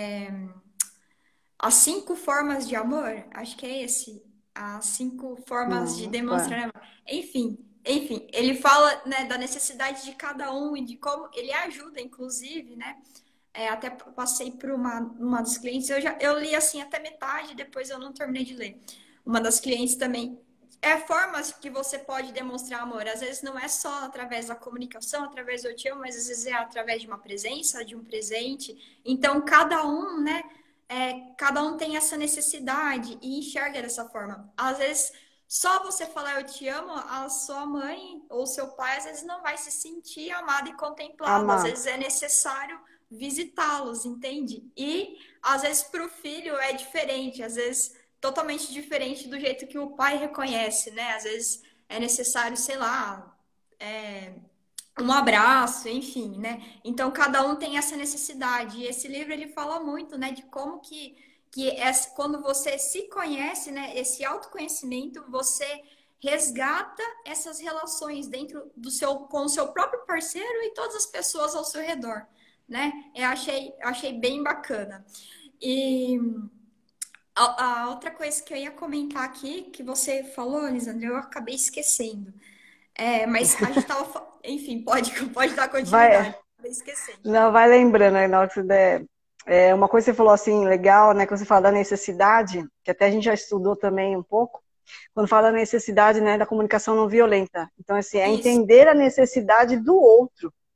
As Cinco Formas de Amor, acho que é esse, As Cinco Formas de Não, vai. Demonstrar Amor. Enfim, ele fala, né, da necessidade de cada um e de como ele ajuda, inclusive, né? Até passei por uma das clientes, eu li assim até metade, depois eu não terminei de ler. Uma das clientes também. Formas que você pode demonstrar amor. Às vezes não é só através da comunicação, através do eu te amo, mas às vezes é através de uma presença, de um presente. Então, cada um, né? Cada um tem essa necessidade e enxerga dessa forma. Às vezes, só você falar eu te amo, a sua mãe ou seu pai às vezes não vai se sentir amado e contemplado. Às Amar. vezes é necessário visitá-los, entende? E às vezes para o filho é diferente, às vezes totalmente diferente do jeito que o pai reconhece, né? Às vezes é necessário, sei lá, um abraço, enfim, né? Então cada um tem essa necessidade. E esse livro ele fala muito, né, de como quando você se conhece, né, esse autoconhecimento, você resgata essas relações dentro com o seu próprio parceiro e todas as pessoas ao seu redor, né? Eu achei bem bacana. E a outra coisa que eu ia comentar aqui, que você falou, Lisandro, eu acabei esquecendo. Mas a gente tava. Enfim, pode dar Vai, continuidade. Acabei esquecendo. não, vai lembrando aí na hora que você der. Uma coisa que você falou assim, legal, né? Quando você fala da necessidade, que até a gente já estudou também um pouco, quando fala da necessidade, né, da comunicação não violenta. Então, assim, é Isso. entender a necessidade do outro,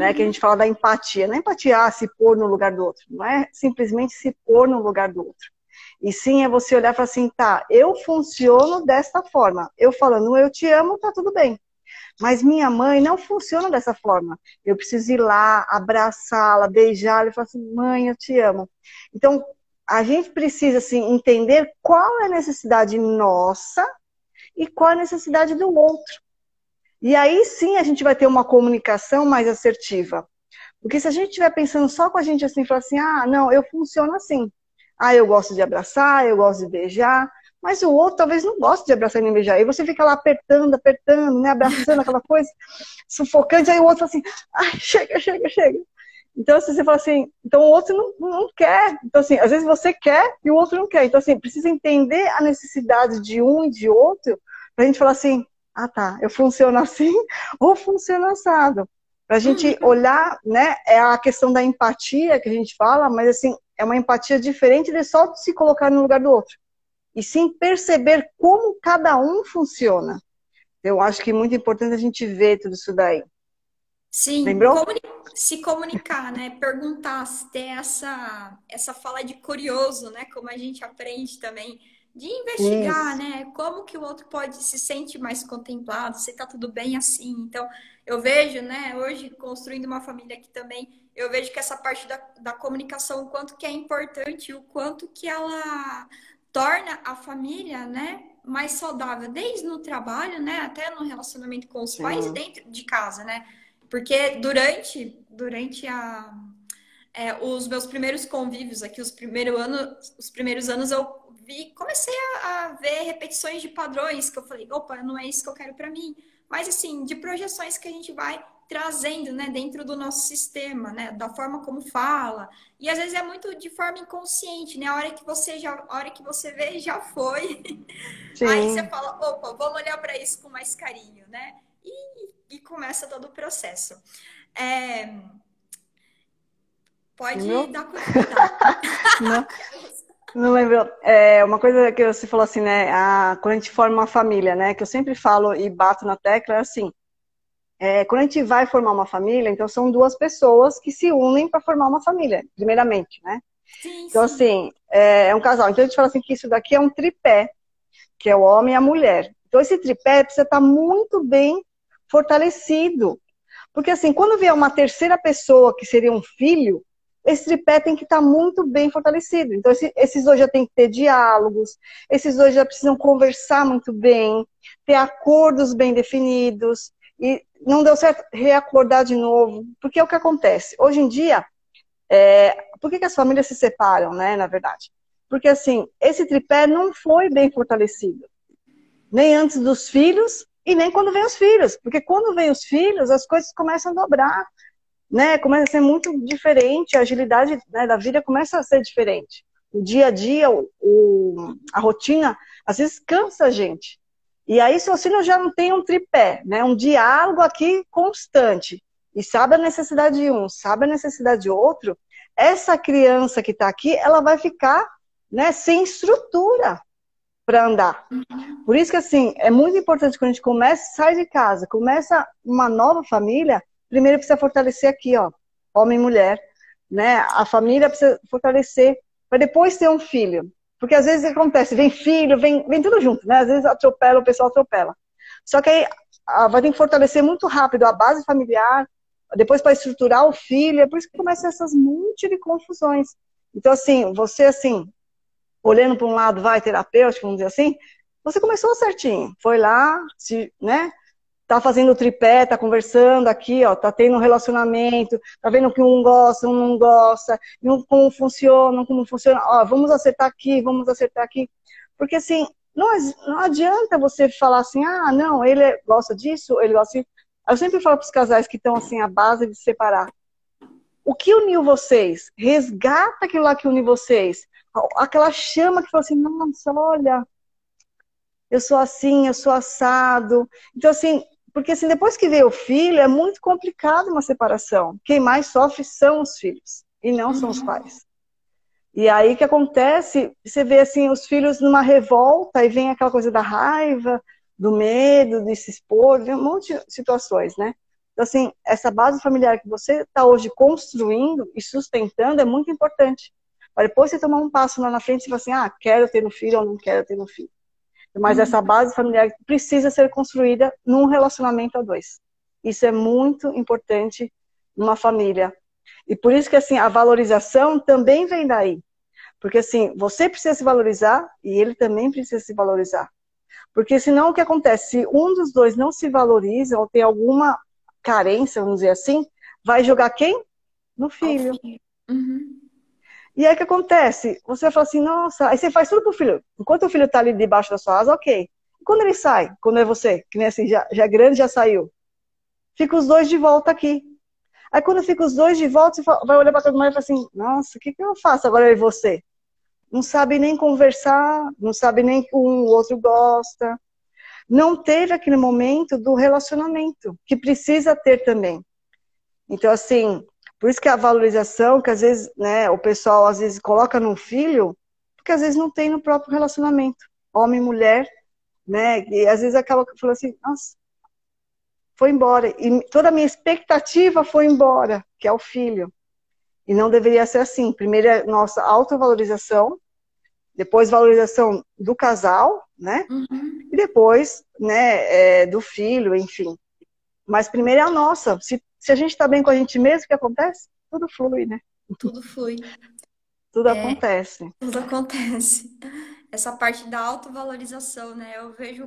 né? Que a gente fala da empatia. Não é empatia, se pôr no lugar do outro. Não é simplesmente se pôr no lugar do outro. E sim é você olhar e falar assim, tá, eu funciono desta forma. Eu falando, eu te amo, tá tudo bem. Mas minha mãe não funciona dessa forma. Eu preciso ir lá, abraçá-la, beijá-la e falar assim, mãe, eu te amo. Então, a gente precisa, assim, entender qual é a necessidade nossa e qual é a necessidade do outro. E aí sim a gente vai ter uma comunicação mais assertiva. Porque se a gente estiver pensando só com a gente assim, falar assim, ah, não, eu funciono assim. Ah, eu gosto de abraçar, eu gosto de beijar, mas o outro talvez não goste de abraçar e nem beijar. E você fica lá apertando, apertando, né, abraçando aquela coisa sufocante, aí o outro fala assim, ai, chega, chega, chega. Então, assim, você fala assim, então o outro não quer. Então, assim, às vezes você quer e o outro não quer. Então, assim, precisa entender a necessidade de um e de outro, pra gente falar assim, ah, tá, eu funciono assim ou funciono assado. Pra gente olhar, né, é a questão da empatia que a gente fala, mas, assim, é uma empatia diferente de só se colocar no lugar do outro. E sim perceber como cada um funciona. Eu acho que é muito importante a gente ver tudo isso daí. Sim, Lembrou? se comunicar, né? Perguntar, se ter essa fala de curioso, né? Como a gente aprende também, de investigar, Isso. né? Como que o outro pode se sentir mais contemplado, se tá tudo bem assim. Então, eu vejo, né? Hoje, construindo uma família aqui também, eu vejo que essa parte da comunicação, o quanto que é importante, o quanto que ela torna a família, né? Mais saudável, desde no trabalho, né? Até no relacionamento com os pais e Sim. dentro de casa, né? Porque durante os meus primeiros convívios aqui, os primeiros anos eu comecei a ver repetições de padrões que eu falei, opa, não é isso que eu quero para mim. Mas assim, de projeções que a gente vai trazendo, né, dentro do nosso sistema, né, da forma como fala. E às vezes é muito de forma inconsciente, né? A hora que você vê, já foi. Aí você Sim. fala, opa, vamos olhar para isso com mais carinho, né? E começa todo o processo. É, pode Lembrou? dar continuidade. Não, não lembro. É, uma coisa que você falou assim, né? Quando a gente forma uma família, né? Que eu sempre falo e bato na tecla, é assim. Quando a gente vai formar uma família, então são duas pessoas que se unem para formar uma família, primeiramente, né? Sim, Então, sim. assim, é um casal. Então a gente fala assim que isso daqui é um tripé, que é o homem e a mulher. Então esse tripé precisa estar muito bem fortalecido. Porque assim, quando vier uma terceira pessoa, que seria um filho, esse tripé tem que estar muito bem fortalecido. Então esses dois já tem que ter diálogos, esses dois já precisam conversar muito bem, ter acordos bem definidos, e não deu certo, reacordar de novo. Porque é o que acontece. Hoje em dia, por que as famílias se separam, né, na verdade? Porque, assim, esse tripé não foi bem fortalecido. Nem antes dos filhos e nem quando vem os filhos. Porque quando vem os filhos, as coisas começam a dobrar, né? Começa a ser muito diferente, a agilidade, né, da vida começa a ser diferente. O dia a dia, a rotina, às vezes cansa a gente. E aí, se você já não tem um tripé, né, um diálogo aqui constante, e sabe a necessidade de um, sabe a necessidade de outro, essa criança que está aqui, ela vai ficar, né, sem estrutura para andar. Por isso que, assim, é muito importante quando a gente começa, sai de casa, começa uma nova família, primeiro precisa fortalecer aqui, ó, homem e mulher, né? A família precisa fortalecer para depois ter um filho. Porque às vezes acontece, vem filho, vem tudo junto, né? Às vezes atropela, o pessoal atropela. Só que aí vai ter que fortalecer muito rápido a base familiar, depois para estruturar o filho, é por isso que começam essas monte de confusões. Então, assim, você, assim, olhando para um lado, vai terapêutico, vamos dizer assim, você começou certinho, foi lá, né? Tá fazendo o tripé, tá conversando aqui, ó, tá tendo um relacionamento, tá vendo que um gosta, um não gosta, como funciona, como funciona, ó, vamos acertar aqui, vamos acertar aqui. Porque assim, não adianta você falar assim, ah, não, ele gosta disso, ele gosta disso. Eu sempre falo para os casais que estão assim, à base de separar. O que uniu vocês? Resgata aquilo lá que uniu vocês. Aquela chama que falou assim, nossa, olha, eu sou assim, eu sou assado. Então, assim, porque assim, depois que veio o filho, é muito complicado uma separação. Quem mais sofre são os filhos, e não são os pais. E aí o que acontece, você vê assim, os filhos numa revolta, e vem aquela coisa da raiva, do medo, de se expor, vem um monte de situações, né? Então, assim, essa base familiar que você está hoje construindo e sustentando é muito importante. Para depois você tomar um passo lá na frente e falar assim, ah, quero ter um filho ou não quero ter um filho. Mas essa Uhum. base familiar precisa ser construída num relacionamento a dois. Isso é muito importante numa família. E por isso que, assim, a valorização também vem daí. Porque, assim, você precisa se valorizar e ele também precisa se valorizar. Porque senão o que acontece? Se um dos dois não se valoriza ou tem alguma carência, vamos dizer assim, vai jogar quem? No Ao filho. filho. Uhum. E aí o que acontece? Você vai falar assim, nossa, aí você faz tudo pro filho. Enquanto o filho tá ali debaixo da sua asa, ok. E quando ele sai, quando é você, que nem assim, já é grande, já saiu, fica os dois de volta aqui. Aí quando fica os dois de volta, você vai olhar pra todo mundo e fala assim, nossa, o que eu faço agora eu e você? Não sabe nem conversar, não sabe nem que um o outro gosta. Não teve aquele momento do relacionamento, que precisa ter também. Então, assim, por isso que a valorização, que às vezes, né, o pessoal às vezes coloca no filho, porque às vezes não tem no próprio relacionamento. Homem e mulher, né, e às vezes acaba falando assim, nossa, foi embora. E toda a minha expectativa foi embora, que é o filho. E não deveria ser assim. Primeiro é nossa autovalorização, depois valorização do casal, né, Uhum. e depois, né, do filho, enfim. Mas primeiro é a nossa. Se a gente está bem com a gente mesmo, o que acontece? Tudo flui, né? Tudo flui. Tudo acontece. Tudo acontece. Essa parte da autovalorização, né? Eu vejo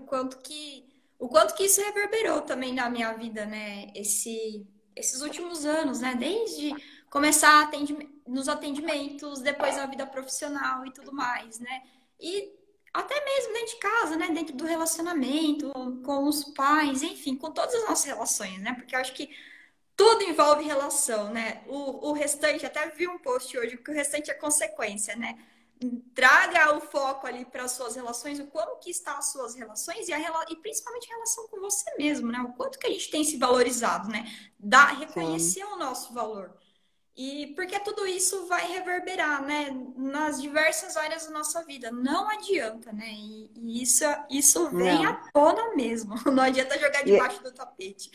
o quanto que isso reverberou também na minha vida, né? Esses últimos anos, né? Desde começar nos atendimentos, depois na vida profissional e tudo mais, né? E até mesmo dentro de casa, né? Dentro do relacionamento, com os pais, enfim, com todas as nossas relações, né? Porque eu acho que tudo envolve relação, né? O restante, até vi um post hoje, que o restante é consequência, né? Traga o foco ali para as suas relações, o como que estão as suas relações e principalmente a relação com você mesmo, né? O quanto que a gente tem se valorizado, né? Sim. Reconhecer o nosso valor. E porque tudo isso vai reverberar, né, nas diversas áreas da nossa vida. Não adianta, né? E isso vem à Não. tona mesmo. Não adianta jogar E, debaixo do tapete.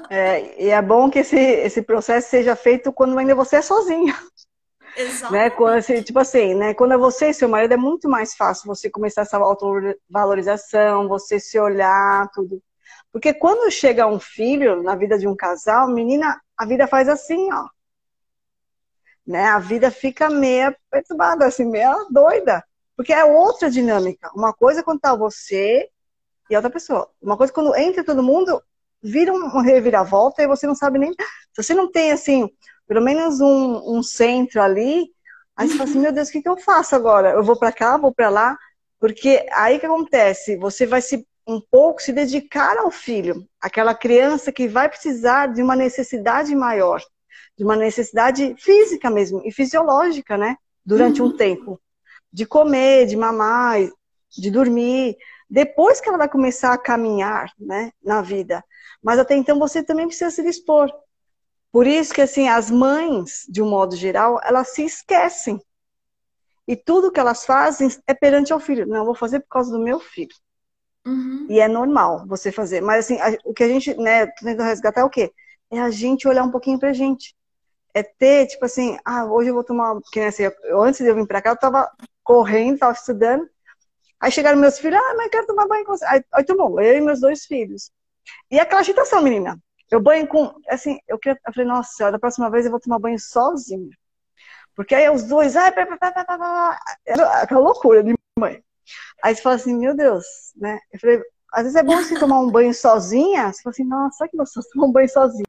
e é bom que esse processo seja feito quando ainda você é sozinha, né? Quando, assim, Exatamente. tipo assim, né? Quando é você e seu marido, é muito mais fácil você começar essa autovalorização, você se olhar, tudo. Porque quando chega um filho na vida de um casal, menina, a vida faz assim, ó. Né? A vida fica meia perturbada, assim, meia doida. Porque é outra dinâmica. Uma coisa é quando tá você e outra pessoa. Uma coisa é quando entra todo mundo, vira um reviravolta e você não sabe nem. Se você não tem, assim, pelo menos um centro ali, aí você fala assim: meu Deus, o que eu faço agora? Eu vou para cá, vou para lá. Porque aí que acontece? Você vai um pouco se dedicar ao filho, aquela criança que vai precisar de uma necessidade maior, de uma necessidade física mesmo e fisiológica, né? Durante um Uhum. tempo, de comer, de mamar, de dormir. Depois que ela vai começar a caminhar, né, na vida. Mas até então você também precisa se dispor. Por isso que, assim, as mães, de um modo geral, elas se esquecem. E tudo que elas fazem é perante ao filho. Não, eu vou fazer por causa do meu filho. E Uhum. é normal você fazer. Mas, assim, o que a gente, né, tenta resgatar é o quê? É a gente olhar um pouquinho pra gente. É ter, tipo assim, ah, hoje eu vou tomar. Que, assim, antes de eu vir pra cá, eu tava correndo, tava estudando. Aí chegaram meus filhos, ah, mas eu quero tomar banho com você. Aí tomou, eu e meus dois filhos. E aquela agitação, menina. Eu banho com, assim, eu falei, nossa, da próxima vez eu vou tomar banho sozinha. Porque aí os dois, ai, era aquela loucura de mãe. Aí você fala assim, meu Deus, né? Eu falei, às vezes é bom você tomar um banho sozinha. Você fala assim, nossa, que gostoso tomar um banho sozinha.